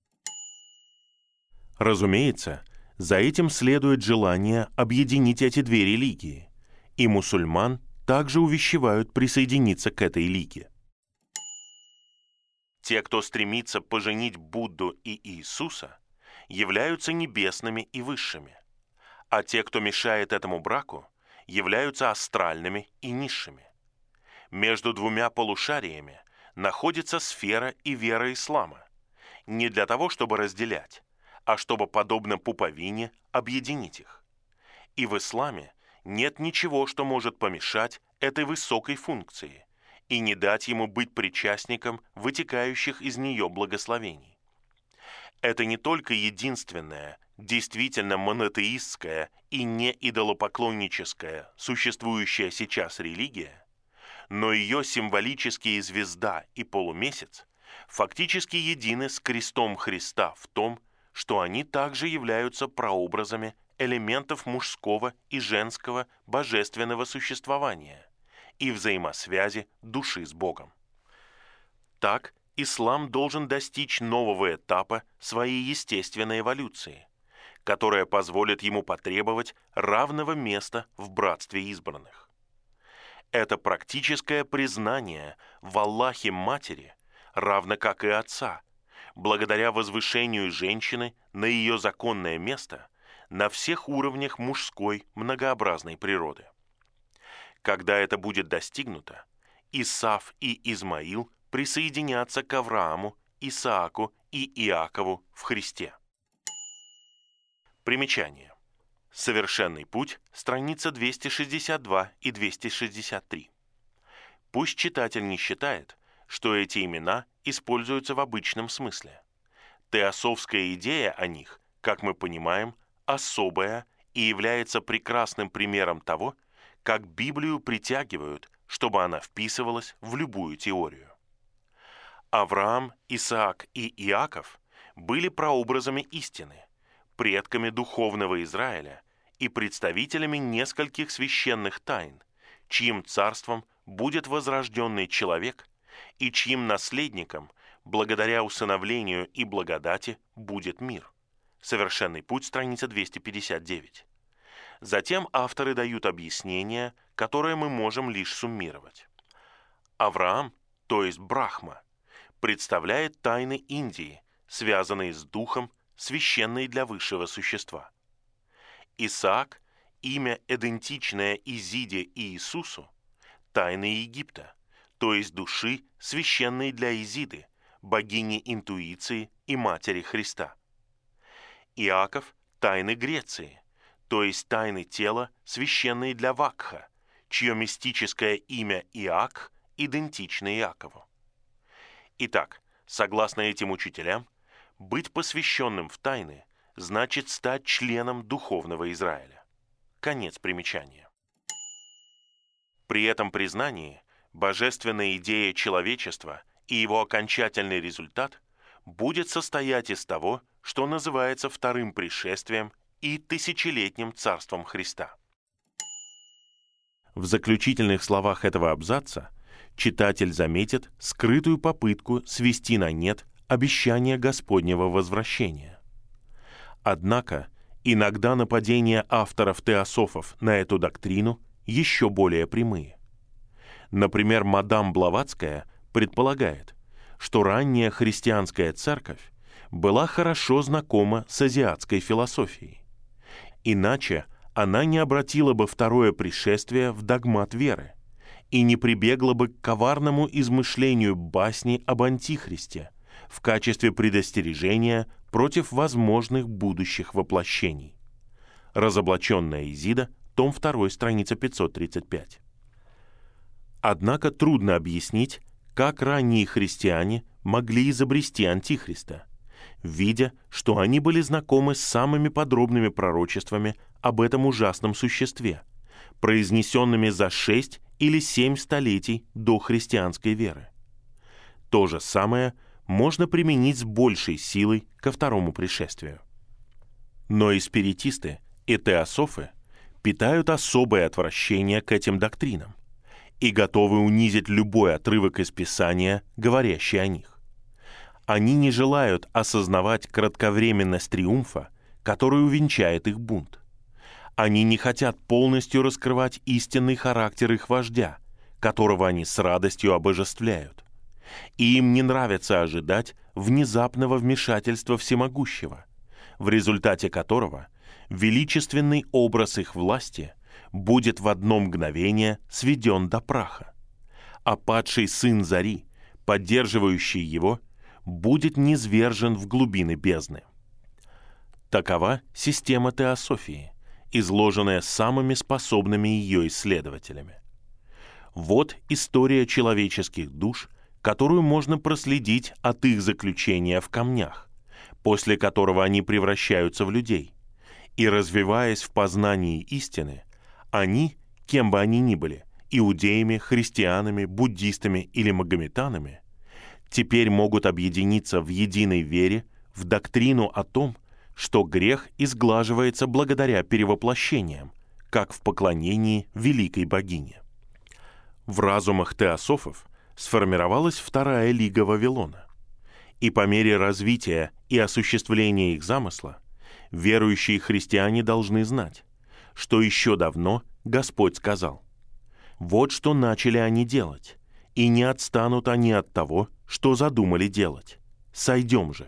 Разумеется, за этим следует желание объединить эти 2 религии, и мусульман также увещевают присоединиться к этой лиге. Те, кто стремится поженить Будду и Иисуса, являются небесными и высшими, а те, кто мешает этому браку, являются астральными и низшими. Между двумя полушариями находится сфера и вера ислама, не для того, чтобы разделять, а чтобы, подобно пуповине, объединить их. И в исламе нет ничего, что может помешать этой высокой функции и не дать ему быть причастником вытекающих из нее благословений. Это не только единственная, действительно монотеистская и неидолопоклонническая, существующая сейчас религия, но ее символические звезда и полумесяц фактически едины с крестом Христа в том, что они также являются прообразами элементов мужского и женского божественного существования и взаимосвязи души с Богом. Так, ислам должен достичь нового этапа своей естественной эволюции, которая позволит ему потребовать равного места в братстве избранных. Это практическое признание в Аллахе Матери, равно как и Отца, благодаря возвышению женщины на ее законное место на всех уровнях мужской многообразной природы. Когда это будет достигнуто, Исав и Измаил присоединятся к Аврааму, Исааку и Иакову в Христе. Примечание. Совершенный путь, страница 262 и 263. Пусть читатель не считает, что эти имена используются в обычном смысле. Теософская идея о них, как мы понимаем, особая и является прекрасным примером того, как Библию притягивают, чтобы она вписывалась в любую теорию. Авраам, Исаак и Иаков были прообразами истины, предками духовного Израиля и представителями нескольких священных тайн, чьим царством будет возрожденный человек и чьим наследником, благодаря усыновлению и благодати, будет мир. Совершенный путь, страница 259. Затем авторы дают объяснение, которое мы можем лишь суммировать. Авраам, то есть Брахма, представляет тайны Индии, связанные с духом, священные для высшего существа. Исаак, имя, идентичное Изиде и Иисусу, тайны Египта, то есть души, священные для Изиды, богини интуиции и матери Христа. Иаков – тайны Греции, то есть тайны тела, священные для Вакха, чье мистическое имя Иак идентично Иакову. Итак, согласно этим учителям, быть посвященным в тайны значит стать членом духовного Израиля. Конец примечания. При этом признании божественная идея человечества и его окончательный результат будет состоять из того, что называется вторым пришествием и тысячелетним царством Христа. В заключительных словах этого абзаца читатель заметит скрытую попытку свести на нет обещание Господнего возвращения. Однако, иногда нападения авторов-теософов на эту доктрину еще более прямые. Например, мадам Блаватская предполагает, что ранняя христианская церковь была хорошо знакома с азиатской философией. Иначе она не обратила бы второе пришествие в догмат веры и не прибегла бы к коварному измышлению басни об Антихристе в качестве предостережения против возможных будущих воплощений. Разоблаченная Изида, том 2, страница 535. Однако трудно объяснить, как ранние христиане могли изобрести Антихриста, видя, что они были знакомы с самыми подробными пророчествами об этом ужасном существе, произнесенными за 6 или 7 столетий до христианской веры. То же самое можно применить с большей силой ко второму пришествию. Но и спиритисты, и теософы питают особое отвращение к этим доктринам и готовы унизить любой отрывок из Писания, говорящий о них. Они не желают осознавать кратковременность триумфа, который увенчает их бунт. Они не хотят полностью раскрывать истинный характер их вождя, которого они с радостью обожествляют, и им не нравится ожидать внезапного вмешательства всемогущего, в результате которого величественный образ их власти будет в одно мгновение сведен до праха, а падший сын Зари, поддерживающий его, будет низвержен в глубины бездны. Такова система теософии, изложенная самыми способными ее исследователями. Вот история человеческих душ, которую можно проследить от их заключения в камнях, после которого они превращаются в людей. И развиваясь в познании истины, они, кем бы они ни были, иудеями, христианами, буддистами или магометанами, теперь могут объединиться в единой вере в доктрину о том, что грех изглаживается благодаря перевоплощениям, как в поклонении великой богине. В разумах теософов сформировалась вторая лига Вавилона, и по мере развития и осуществления их замысла верующие христиане должны знать, что еще давно Господь сказал: «Вот что начали они делать, и не отстанут они от того, что задумали делать. Сойдем же».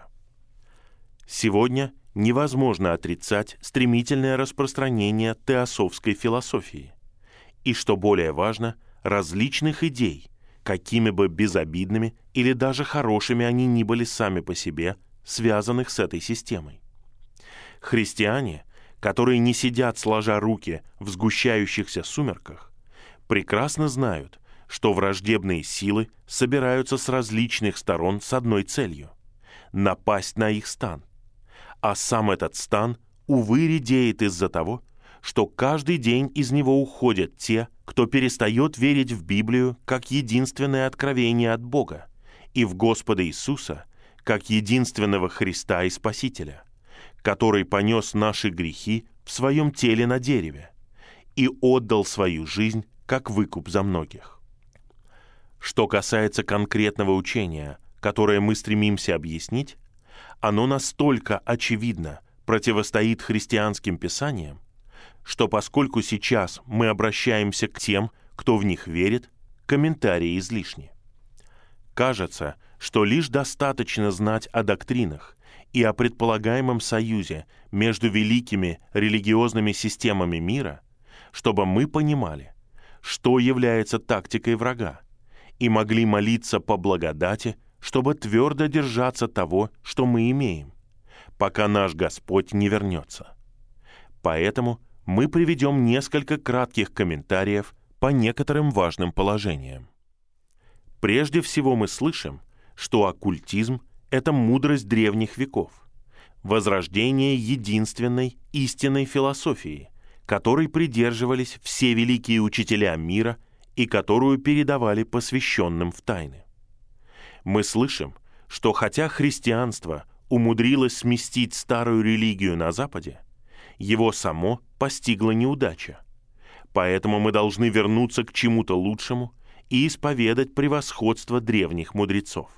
Сегодня невозможно отрицать стремительное распространение теософской философии и, что более важно, различных идей, какими бы безобидными или даже хорошими они ни были сами по себе, связанных с этой системой. Христиане, которые не сидят сложа руки в сгущающихся сумерках, прекрасно знают, что враждебные силы собираются с различных сторон с одной целью — напасть на их стан. А сам этот стан, увы, редеет из-за того, что каждый день из него уходят те, кто перестает верить в Библию как единственное откровение от Бога и в Господа Иисуса как единственного Христа и Спасителя, который понес наши грехи в своем теле на дереве и отдал свою жизнь как выкуп за многих. Что касается конкретного учения, которое мы стремимся объяснить, оно настолько очевидно противостоит христианским писаниям, что поскольку сейчас мы обращаемся к тем, кто в них верит, комментарии излишни. Кажется, что лишь достаточно знать о доктринах и о предполагаемом союзе между великими религиозными системами мира, чтобы мы понимали, что является тактикой врага, и могли молиться по благодати, чтобы твердо держаться того, что мы имеем, пока наш Господь не вернется. Поэтому мы приведем несколько кратких комментариев по некоторым важным положениям. Прежде всего мы слышим, что оккультизм — это мудрость древних веков, возрождение единственной истинной философии, которой придерживались все великие учителя мира и которую передавали посвященным в тайны. Мы слышим, что хотя христианство умудрилось сместить старую религию на Западе, его само постигла неудача. Поэтому мы должны вернуться к чему-то лучшему и исповедать превосходство древних мудрецов.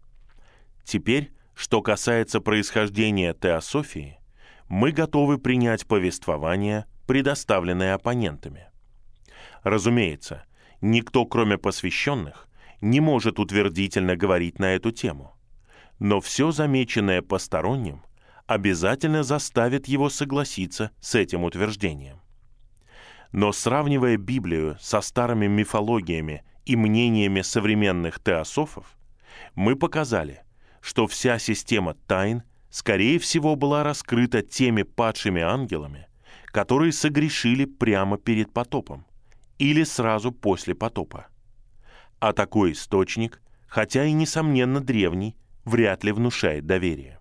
Теперь, что касается происхождения теософии, мы готовы принять повествование, предоставленное оппонентами. Разумеется, никто, кроме посвященных, не может утвердительно говорить на эту тему, но все замеченное посторонним обязательно заставит его согласиться с этим утверждением. Но сравнивая Библию со старыми мифологиями и мнениями современных теософов, мы показали, что вся система тайн, скорее всего, была раскрыта теми падшими ангелами, которые согрешили прямо перед потопом или сразу после потопа. А такой источник, хотя и несомненно древний, вряд ли внушает доверие.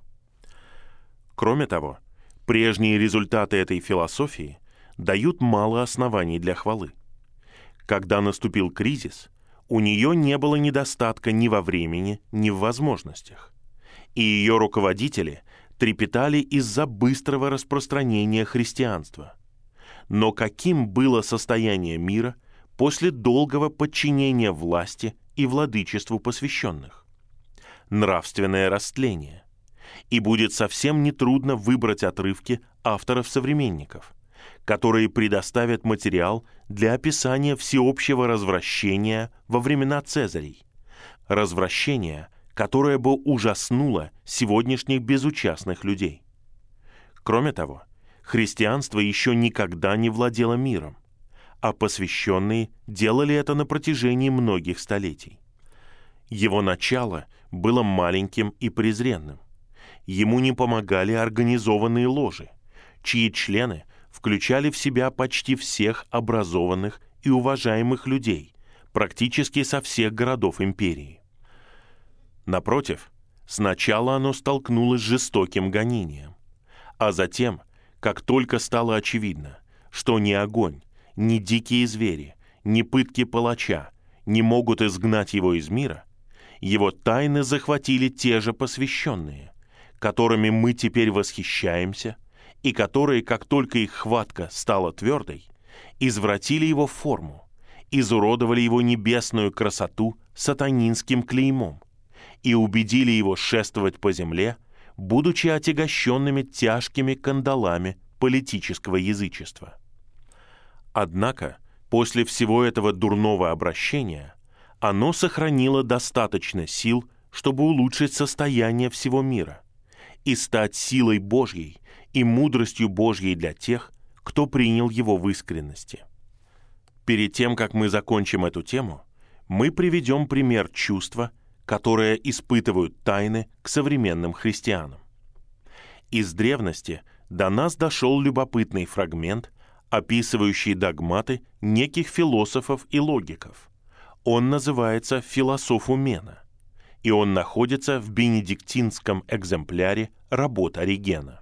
Кроме того, прежние результаты этой философии дают мало оснований для хвалы. Когда наступил кризис, у нее не было недостатка ни во времени, ни в возможностях. И ее руководители трепетали из-за быстрого распространения христианства. Но каким было состояние мира после долгого подчинения власти и владычеству посвященных? Нравственное растление. И будет совсем нетрудно выбрать отрывки авторов-современников, которые предоставят материал для описания всеобщего развращения во времена Цезарей, развращение, которое бы ужаснуло сегодняшних безучастных людей. Кроме того, христианство еще никогда не владело миром, а посвященные делали это на протяжении многих столетий. Его начало было маленьким и презренным. Ему не помогали организованные ложи, чьи члены включали в себя почти всех образованных и уважаемых людей, практически со всех городов империи. Напротив, сначала оно столкнулось с жестоким гонением, а затем, как только стало очевидно, что ни огонь, ни дикие звери, ни пытки палача не могут изгнать его из мира, его тайны захватили те же посвященные, которыми мы теперь восхищаемся, и которые, как только их хватка стала твердой, извратили его форму, изуродовали его небесную красоту сатанинским клеймом и убедили его шествовать по земле, будучи отягощенными тяжкими кандалами политического язычества. Однако, после всего этого дурного обращения, оно сохранило достаточно сил, чтобы улучшить состояние всего мира и стать силой Божьей и мудростью Божьей для тех, кто принял его в искренности. Перед тем, как мы закончим эту тему, мы приведем пример чувства, которое испытывают тайны к современным христианам. Из древности до нас дошел любопытный фрагмент, описывающий догматы неких философов и логиков. Он называется «Философумена», и он находится в бенедиктинском экземпляре работ Оригена.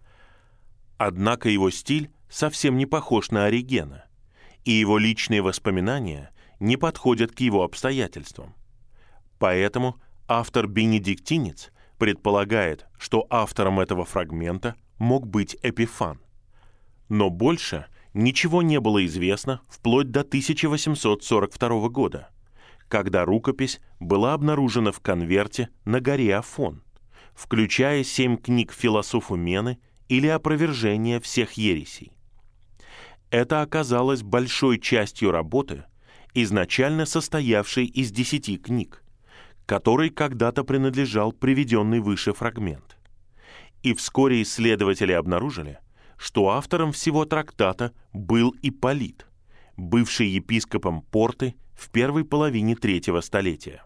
Однако его стиль совсем не похож на Оригена, и его личные воспоминания не подходят к его обстоятельствам. Поэтому автор-бенедиктинец предполагает, что автором этого фрагмента мог быть Эпифан. Но больше ничего не было известно вплоть до 1842 года, когда рукопись была обнаружена в конверте на горе Афон, включая 7 книг Философумены или опровержение всех ересей. Это оказалось большой частью работы, изначально состоявшей из 10 книг, которой когда-то принадлежал приведенный выше фрагмент. И вскоре исследователи обнаружили, что автором всего трактата был Ипполит, бывший епископом Порты в первой половине III столетия.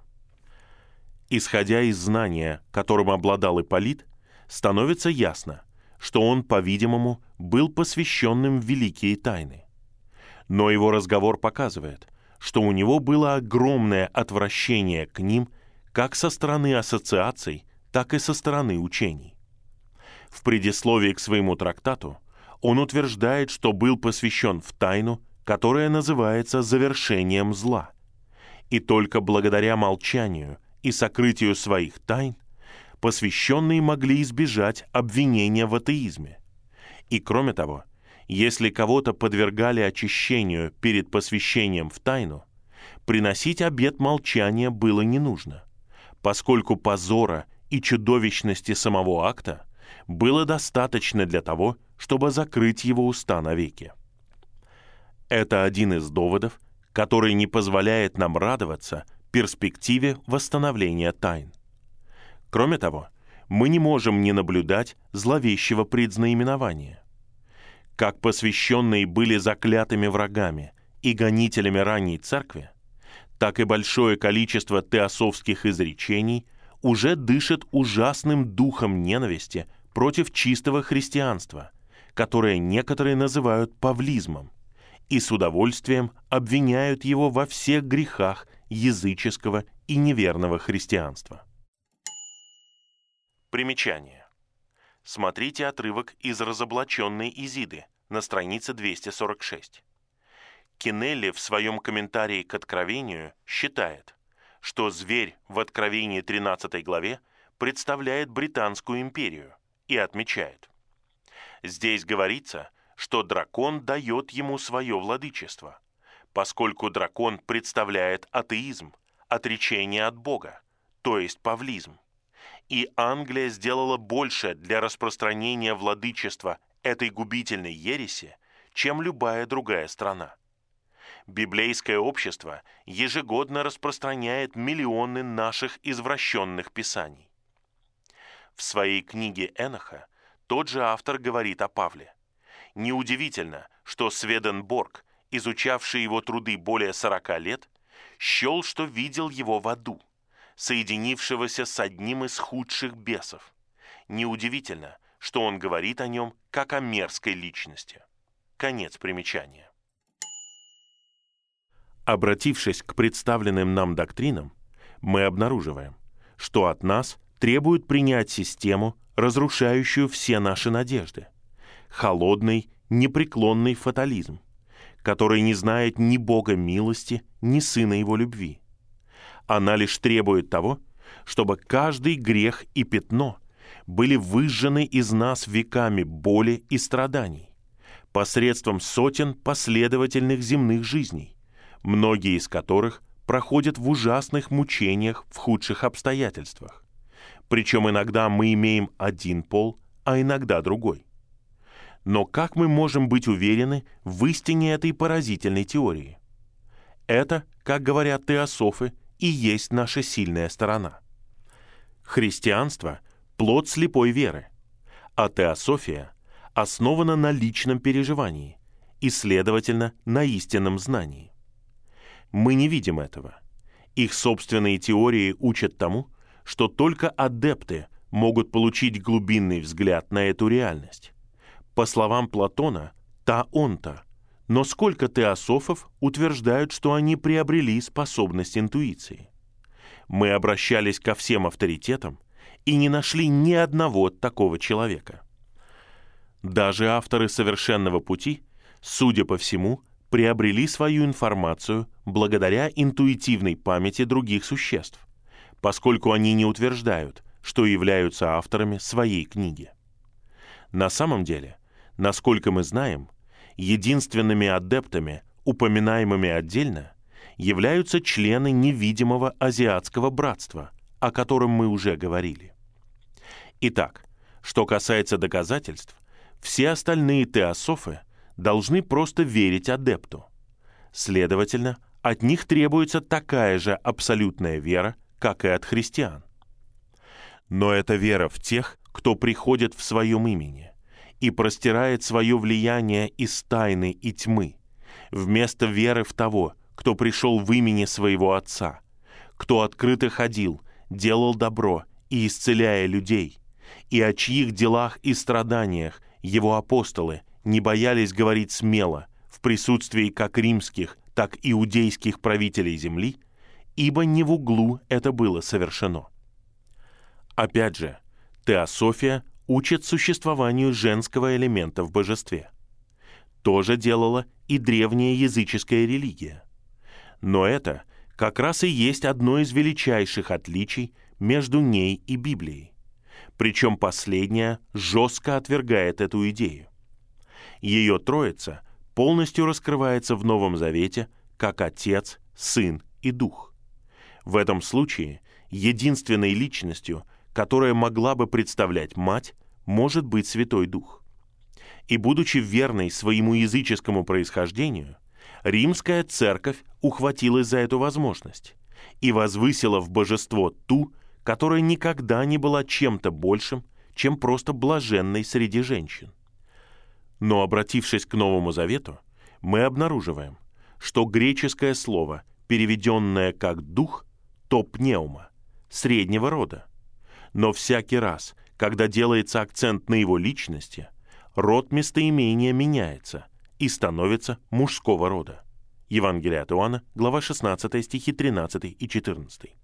Исходя из знания, которым обладал Ипполит, становится ясно, что он, по-видимому, был посвященным в великие тайны. Но его разговор показывает, что у него было огромное отвращение к ним как со стороны ассоциаций, так и со стороны учений. В предисловии к своему трактату он утверждает, что был посвящен в тайну, которая называется завершением зла, и только благодаря молчанию и сокрытию своих тайн посвященные могли избежать обвинения в атеизме. И кроме того, если кого-то подвергали очищению перед посвящением в тайну, приносить обет молчания было не нужно, поскольку позора и чудовищности самого акта было достаточно для того, чтобы закрыть его уста навеки. Это один из доводов, который не позволяет нам радоваться перспективе восстановления тайн. Кроме того, мы не можем не наблюдать зловещего предзнаменования. Как посвященные были заклятыми врагами и гонителями ранней церкви, так и большое количество теософских изречений уже дышит ужасным духом ненависти против чистого христианства, которое некоторые называют павлизмом, и с удовольствием обвиняют его во всех грехах языческого и неверного христианства. Примечание. Смотрите отрывок из «Разоблаченной Изиды» на странице 246. Кинелли в своем комментарии к Откровению считает, что зверь в Откровении 13 главе представляет Британскую империю, и отмечает: здесь говорится, что дракон дает ему свое владычество, поскольку дракон представляет атеизм, отречение от Бога, то есть павлизм. И Англия сделала больше для распространения владычества этой губительной ереси, чем любая другая страна. Библейское общество ежегодно распространяет миллионы наших извращенных писаний. В своей книге Эноха тот же автор говорит о Павле. Неудивительно, что Сведенборг, изучавший его труды более 40 лет, счел, что видел его в аду, соединившегося с одним из худших бесов. Неудивительно, что он говорит о нем как о мерзкой личности. Конец примечания. Обратившись к представленным нам доктринам, мы обнаруживаем, что от нас требуют принять систему, разрушающую все наши надежды, холодный, непреклонный фатализм, который не знает ни Бога милости, ни Сына Его любви. Она лишь требует того, чтобы каждый грех и пятно были выжжены из нас веками боли и страданий, посредством сотен последовательных земных жизней, многие из которых проходят в ужасных мучениях в худших обстоятельствах. Причем иногда мы имеем один пол, а иногда другой. Но как мы можем быть уверены в истине этой поразительной теории? Это, как говорят теософы, и есть наша сильная сторона. Христианство – плод слепой веры, а теософия основана на личном переживании и, следовательно, на истинном знании. Мы не видим этого. Их собственные теории учат тому, что только адепты могут получить глубинный взгляд на эту реальность. По словам Платона, таонта, но сколько теософов утверждают, что они приобрели способность интуиции? Мы обращались ко всем авторитетам и не нашли ни одного такого человека. Даже авторы «Совершенного пути», судя по всему, приобрели свою информацию благодаря интуитивной памяти других существ, поскольку они не утверждают, что являются авторами своей книги. На самом деле, насколько мы знаем, единственными адептами, упоминаемыми отдельно, являются члены невидимого азиатского братства, о котором мы уже говорили. Итак, что касается доказательств, все остальные теософы должны просто верить адепту. Следовательно, от них требуется такая же абсолютная вера, как и от христиан. Но это вера в тех, кто приходит в своем имени и простирает свое влияние из тайны и тьмы, вместо веры в того, кто пришел в имени своего Отца, кто открыто ходил, делал добро и исцеляя людей, и о чьих делах и страданиях его апостолы не боялись говорить смело в присутствии как римских, так и иудейских правителей земли, ибо не в углу это было совершено. Опять же, теософия учит существованию женского элемента в божестве. То же делала и древняя языческая религия. Но это как раз и есть одно из величайших отличий между ней и Библией. Причем последняя жестко отвергает эту идею. Ее Троица полностью раскрывается в Новом Завете как Отец, Сын и Дух. В этом случае единственной личностью, которая могла бы представлять Мать, может быть Святой Дух. И будучи верной своему языческому происхождению, Римская Церковь ухватилась за эту возможность и возвысила в божество ту, которая никогда не была чем-то большим, чем просто блаженной среди женщин. Но, обратившись к Новому Завету, мы обнаруживаем, что греческое слово, переведенное как «дух», то пневма, среднего рода. Но всякий раз, когда делается акцент на его личности, род местоимения меняется и становится мужского рода. Евангелие от Иоанна, глава 16, стихи 13 и 14.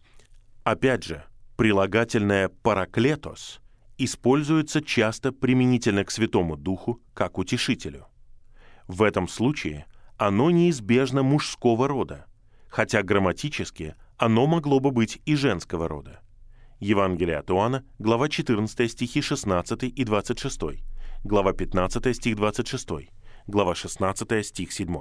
Опять же, прилагательное «параклетос» используется часто применительно к Святому Духу как утешителю. В этом случае оно неизбежно мужского рода, хотя грамматически оно могло бы быть и женского рода. Евангелие от Иоанна, глава 14, стихи 16 и 26, глава 15, стих 26, глава 16, стих 7.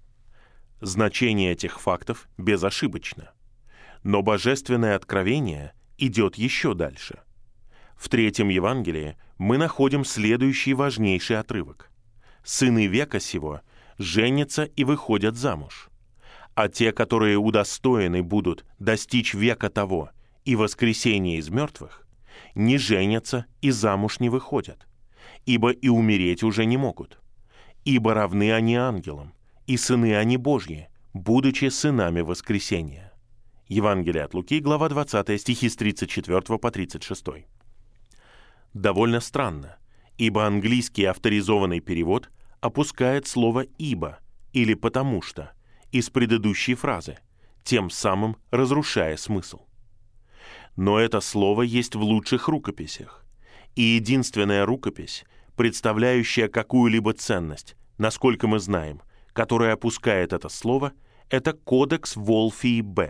Значение этих фактов безошибочно. Но божественное откровение идет еще дальше. В Третьем Евангелии мы находим следующий важнейший отрывок. «Сыны века сего женятся и выходят замуж. А те, которые удостоены будут достичь века того и воскресения из мертвых, не женятся и замуж не выходят, ибо и умереть уже не могут. Ибо равны они ангелам, и сыны они Божьи, будучи сынами воскресения». Евангелие от Луки, глава 20, стихи с 34 по 36. Довольно странно, ибо английский авторизованный перевод опускает слово «ибо» или «потому что» из предыдущей фразы, тем самым разрушая смысл. Но это слово есть в лучших рукописях, и единственная рукопись, представляющая какую-либо ценность, насколько мы знаем, которая опускает это слово, это Кодекс Волфии Б.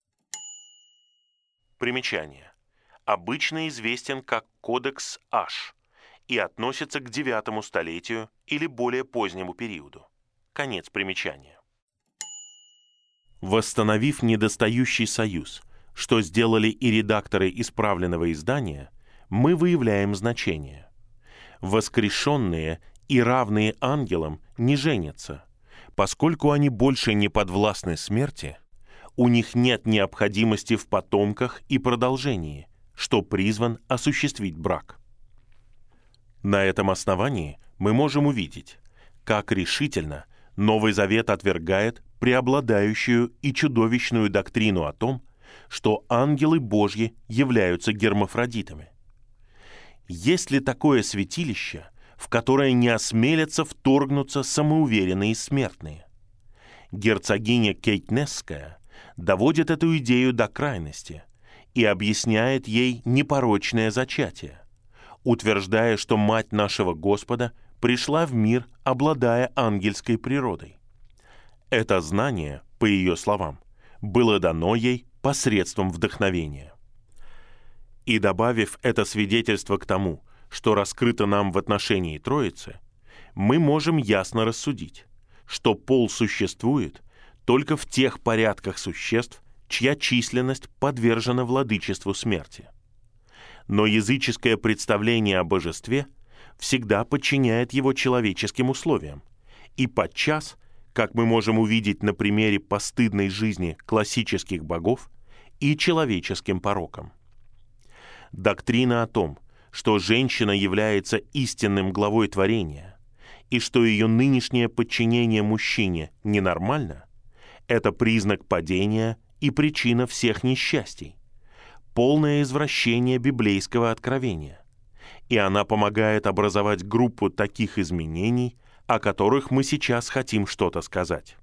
Примечание. Обычно известен как Кодекс H и относится к IX столетию или более позднему периоду. Конец примечания. Восстановив недостающий союз, что сделали и редакторы исправленного издания, мы выявляем значение. Воскрешенные и равные ангелам не женятся, поскольку они больше не подвластны смерти, у них нет необходимости в потомках и продолжении, что призван осуществить брак. На этом основании мы можем увидеть, как решительно Новый Завет отвергает преобладающую и чудовищную доктрину о том, что ангелы Божьи являются гермафродитами. Есть ли такое святилище, в которое не осмелятся вторгнуться самоуверенные смертные? Герцогиня Кейтнесская доводит эту идею до крайности и объясняет ей непорочное зачатие, утверждая, что мать нашего Господа пришла в мир, обладая ангельской природой. Это знание, по ее словам, было дано ей посредством вдохновения. И добавив это свидетельство к тому, что раскрыто нам в отношении Троицы, мы можем ясно рассудить, что пол существует только в тех порядках существ, чья численность подвержена владычеству смерти. Но языческое представление о божестве всегда подчиняет его человеческим условиям, и подчас, как мы можем увидеть на примере постыдной жизни классических богов, и человеческим порокам. Доктрина о том, что женщина является истинным главой творения, и что ее нынешнее подчинение мужчине ненормально, это признак падения и причина всех несчастий, полное извращение библейского откровения, и она помогает образовать группу таких изменений, о которых мы сейчас хотим что-то сказать.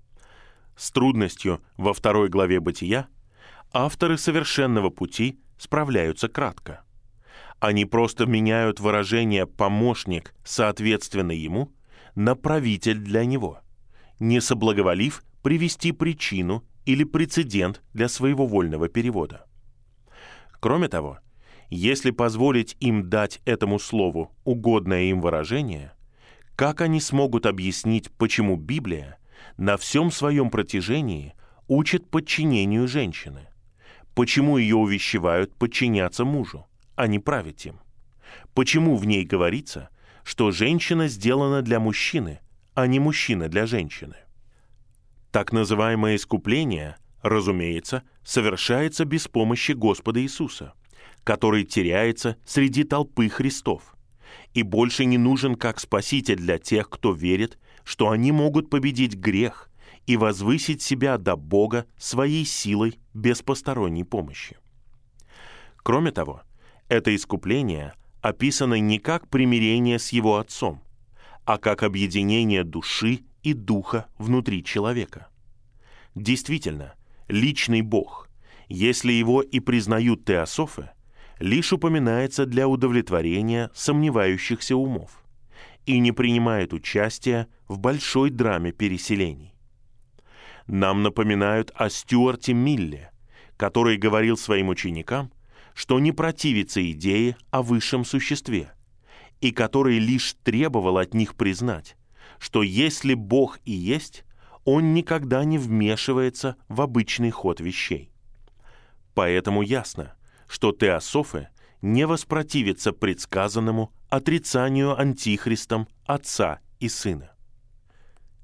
С трудностью во 2 главе Бытия авторы «Совершенного пути» справляются кратко. Они просто меняют выражение «помощник», соответственно ему, на «правитель для него», не соблаговолив привести причину или прецедент для своего вольного перевода. Кроме того, если позволить им дать этому слову угодное им выражение, как они смогут объяснить, почему Библия на всем своем протяжении учит подчинению женщины? Почему ее увещевают подчиняться мужу, а не править им? Почему в ней говорится, что женщина сделана для мужчины, а не мужчина для женщины? Так называемое искупление, разумеется, совершается без помощи Господа Иисуса, который теряется среди толпы Христов, и больше не нужен как Спаситель для тех, кто верит, что они могут победить грех и возвысить себя до Бога своей силой без посторонней помощи. Кроме того, это искупление описано не как примирение с Его Отцом, а как объединение души и духа внутри человека. Действительно, личный Бог, если Его и признают теософы, лишь упоминается для удовлетворения сомневающихся умов и не принимает участия в большой драме переселений. Нам напоминают о Стюарте Милле, который говорил своим ученикам, что не противится идее о высшем существе, и который лишь требовал от них признать, что если Бог и есть, Он никогда не вмешивается в обычный ход вещей. Поэтому ясно, что теософы не воспротивятся предсказанному отрицанию антихристом Отца и Сына.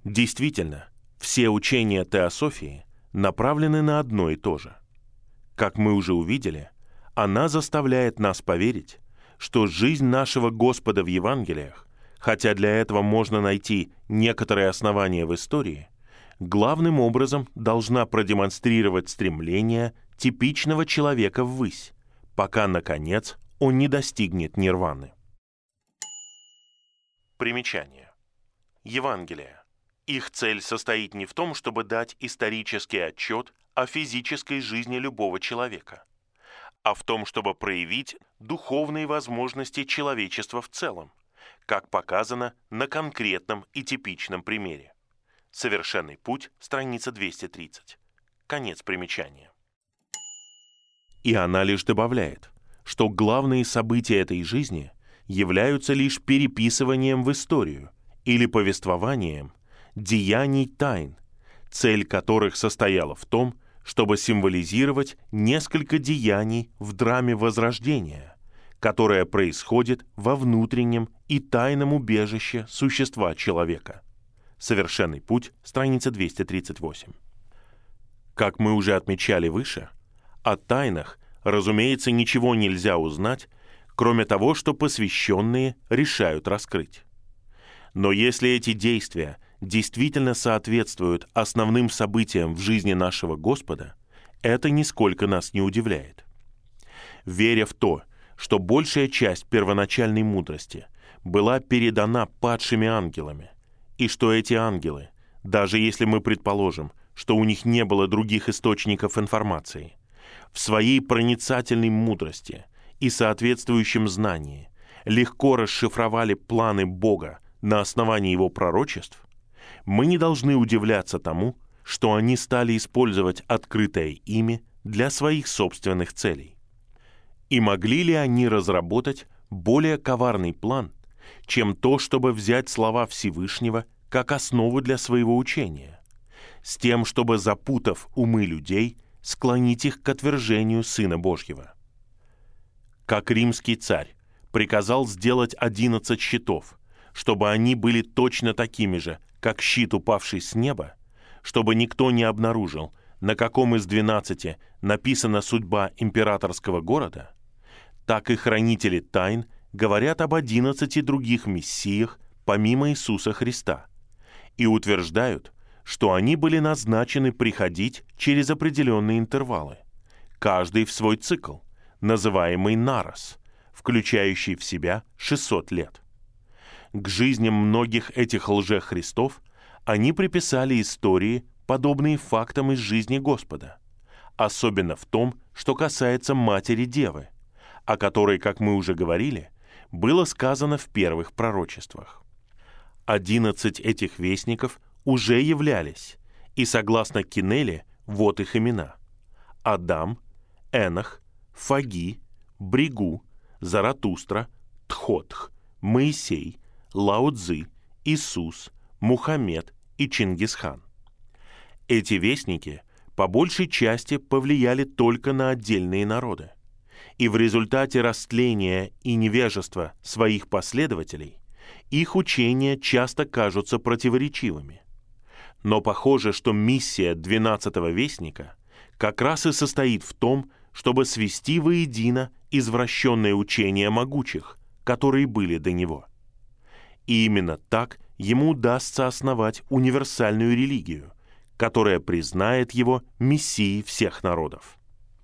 Действительно, все учения теософии направлены на одно и то же. Как мы уже увидели, она заставляет нас поверить, что жизнь нашего Господа в Евангелиях, хотя для этого можно найти некоторые основания в истории, главным образом должна продемонстрировать стремление типичного человека ввысь, пока, наконец, он не достигнет нирваны. Примечание. Евангелие. Их цель состоит не в том, чтобы дать исторический отчет о физической жизни любого человека, а в том, чтобы проявить духовные возможности человечества в целом, как показано на конкретном и типичном примере. «Совершенный путь», страница 230. Конец примечания. И она лишь добавляет, что главные события этой жизни являются лишь переписыванием в историю или повествованием деяний тайн, цель которых состояла в том, чтобы символизировать несколько деяний в драме Возрождения, которое происходит во внутреннем и тайном убежище существа человека. «Совершенный путь», страница 238. Как мы уже отмечали выше, о тайнах, разумеется, ничего нельзя узнать, кроме того, что посвященные решают раскрыть. Но если эти действия действительно соответствуют основным событиям в жизни нашего Господа, это нисколько нас не удивляет. Веря в то, что большая часть первоначальной мудрости была передана падшими ангелами, и что эти ангелы, даже если мы предположим, что у них не было других источников информации, в своей проницательной мудрости и соответствующем знании легко расшифровали планы Бога на основании Его пророчеств, мы не должны удивляться тому, что они стали использовать открытое ими для своих собственных целей. И могли ли они разработать более коварный план, чем то, чтобы взять слова Всевышнего как основу для своего учения, с тем, чтобы, запутав умы людей, склонить их к отвержению Сына Божьего? Как римский царь приказал сделать 11 щитов, чтобы они были точно такими же, как щит, упавший с неба, чтобы никто не обнаружил, на каком из 12 написана судьба императорского города, так и хранители тайн говорят об 11 других мессиях помимо Иисуса Христа и утверждают, что они были назначены приходить через определенные интервалы, каждый в свой цикл, называемый нарос, включающий в себя 600 лет. К жизням многих этих лжехристов они приписали истории, подобные фактам из жизни Господа, особенно в том, что касается Матери Девы, о которой, как мы уже говорили, было сказано в первых пророчествах. 11 этих вестников уже являлись, и согласно Кинеле, вот их имена: Адам, Энох, Фаги, Бригу, Заратустра, Тхотх, Моисей, Лао-Цзы, Иисус, Мухаммед и Чингисхан. Эти вестники по большей части повлияли только на отдельные народы, и в результате растления и невежества своих последователей их учения часто кажутся противоречивыми. Но похоже, что миссия 12-го вестника как раз и состоит в том, чтобы свести воедино извращенные учения могучих, которые были до него. И именно так ему удастся основать универсальную религию, которая признает его мессией всех народов.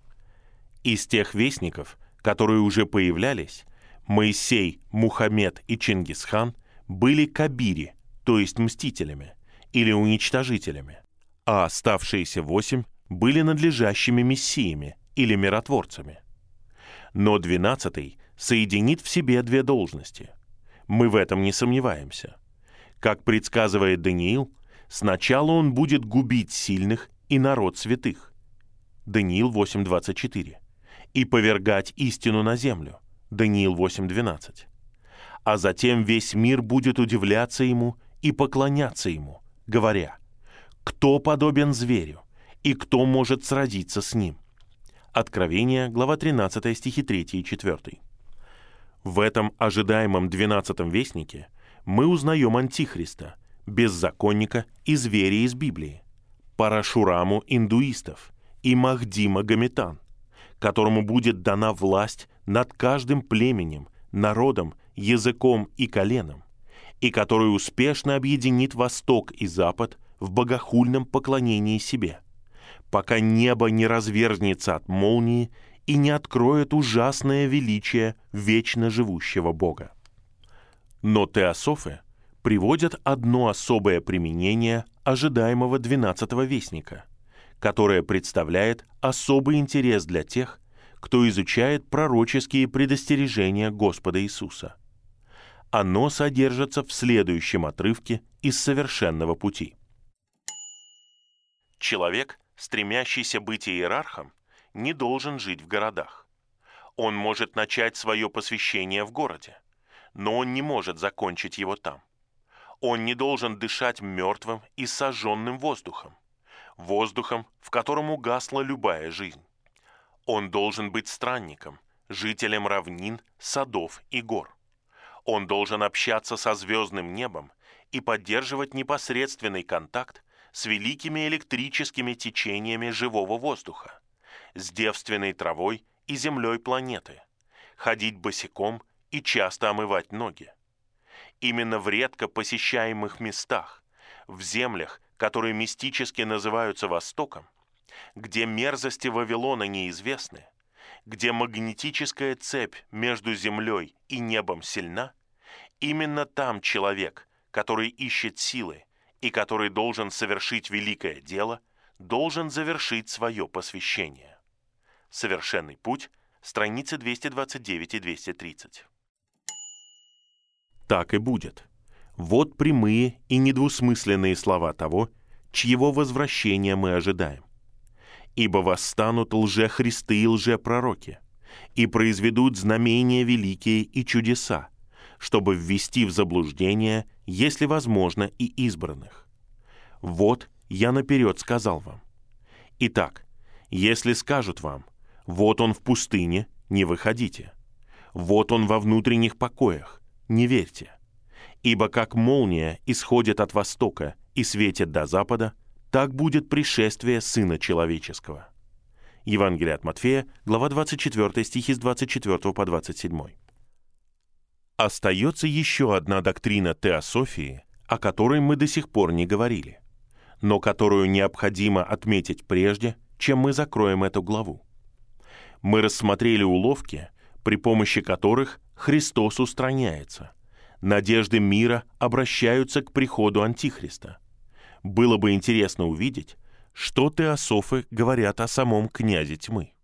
Из тех вестников, которые уже появлялись, Моисей, Мухаммед и Чингисхан были кабири, то есть мстителями или уничтожителями, а оставшиеся 8 были надлежащими мессиями или миротворцами. Но 12-й соединит в себе 2 должности. Мы в этом не сомневаемся. Как предсказывает Даниил, сначала он будет губить сильных и народ святых. Даниил 8:24. И повергать истину на землю. Даниил 8:12. А затем весь мир будет удивляться ему и поклоняться ему, говоря: «Кто подобен зверю, и кто может сразиться с ним?» Откровение, глава 13, стихи 3 и 4. В этом ожидаемом 12-м вестнике мы узнаем Антихриста, беззаконника и зверя из Библии, Парашураму индуистов и Махди магометан, которому будет дана власть над каждым племенем, народом, языком и коленом, и который успешно объединит Восток и Запад в богохульном поклонении себе, пока небо не разверзнется от молнии и не откроет ужасное величие вечно живущего Бога. Но теософы приводят одно особое применение ожидаемого 12-го вестника, которое представляет особый интерес для тех, кто изучает пророческие предостережения Господа Иисуса. Оно содержится в следующем отрывке из «Совершенного пути». Человек, стремящийся быть иерархом, не должен жить в городах. Он может начать свое посвящение в городе, но он не может закончить его там. Он не должен дышать мертвым и сожженным воздухом, в котором угасла любая жизнь. Он должен быть странником, жителем равнин, садов и гор. Он должен общаться со звездным небом и поддерживать непосредственный контакт с великими электрическими течениями живого воздуха, с девственной травой и землей планеты, ходить босиком и часто омывать ноги. Именно в редко посещаемых местах, в землях, которые мистически называются Востоком, где мерзости Вавилона неизвестны, где магнетическая цепь между землей и небом сильна, именно там человек, который ищет силы и который должен совершить великое дело, должен завершить свое посвящение. «Совершенный путь», страницы 229 и 230. Так и будет. Вот прямые и недвусмысленные слова того, чьего возвращения мы ожидаем. «Ибо восстанут лжехристы и лжепророки, и произведут знамения великие и чудеса, чтобы ввести в заблуждение, если возможно, и избранных. Вот я наперед сказал вам. Итак, если скажут вам, вот он в пустыне, не выходите. Вот он во внутренних покоях, не верьте. Ибо как молния исходит от востока и светит до запада, так будет пришествие Сына Человеческого». Евангелие от Матфея, глава 24, стихи с 24 по 27. Остается еще одна доктрина теософии, о которой мы до сих пор не говорили, но которую необходимо отметить прежде, чем мы закроем эту главу. Мы рассмотрели уловки, при помощи которых Христос устраняется, надежды мира обращаются к приходу Антихриста. Было бы интересно увидеть, что теософы говорят о самом князе тьмы.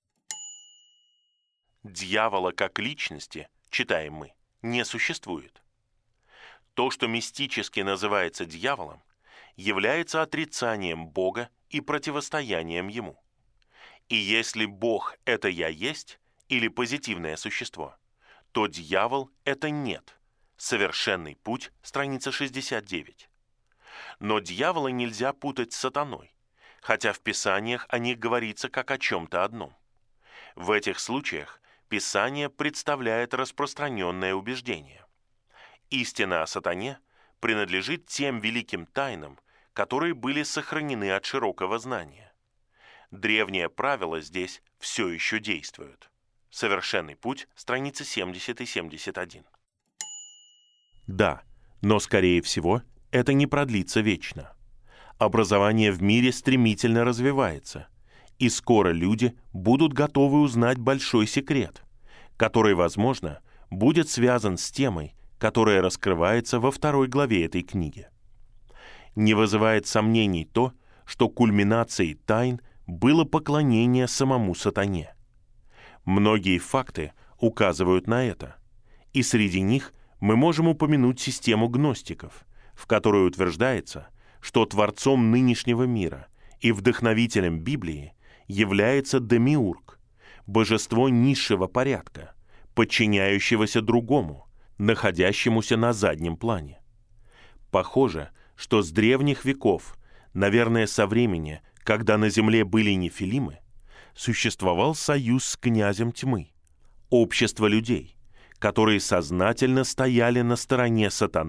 Дьявола как личности, читаем мы, не существует. То, что мистически называется дьяволом, является отрицанием Бога и противостоянием Ему. И если Бог — это «я есть» или позитивное существо, то дьявол — это «нет». «Совершенный путь», страница 69. Но дьявола нельзя путать с сатаной, хотя в Писаниях о них говорится как о чем-то одном. В этих случаях Писание представляет распространенное убеждение. Истина о сатане принадлежит тем великим тайнам, которые были сохранены от широкого знания. Древние правила здесь все еще действуют. «Совершенный путь», страницы 70 и 71. Да, но, скорее всего, это не продлится вечно. Образование в мире стремительно развивается, и скоро люди будут готовы узнать большой секрет, который, возможно, будет связан с темой, которая раскрывается во 2 главе этой книги. Не вызывает сомнений то, что кульминацией тайн было поклонение самому сатане. Многие факты указывают на это, и среди них мы можем упомянуть систему гностиков, в которой утверждается, что творцом нынешнего мира и вдохновителем Библии является Демиург, божество низшего порядка, подчиняющегося другому, находящемуся на заднем плане. Похоже, что с древних веков, наверное, со времени, когда на земле были нефилимы, существовал союз с князем тьмы, общество людей, которые сознательно стояли на стороне сатаны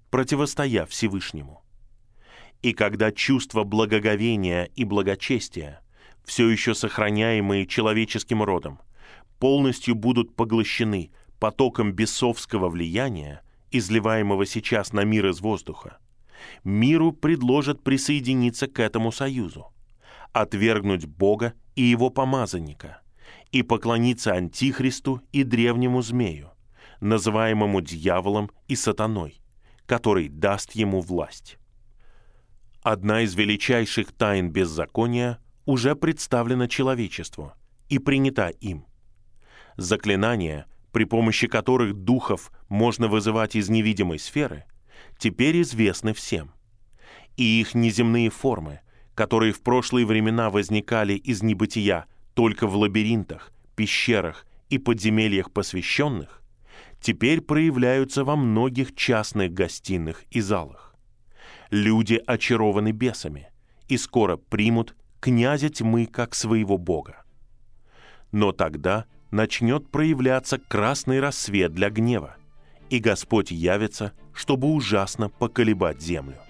противостоя Всевышнему. И когда чувства благоговения и благочестия, все еще сохраняемые человеческим родом, полностью будут поглощены потоком бесовского влияния, изливаемого сейчас на мир из воздуха, миру предложат присоединиться к этому союзу, отвергнуть Бога и Его помазанника и поклониться Антихристу и древнему змею, называемому дьяволом и сатаной, который даст ему власть. Одна из величайших тайн беззакония уже представлена человечеству и принята им. Заклинания, при помощи которых духов можно вызывать из невидимой сферы, теперь известны всем. И их неземные формы, которые в прошлые времена возникали из небытия только в лабиринтах, пещерах и подземельях посвященных, теперь проявляются во многих частных гостиных и залах. Люди очарованы бесами и скоро примут князя тьмы как своего бога. Но тогда начнет проявляться красный рассвет для гнева, и Господь явится, чтобы ужасно поколебать землю.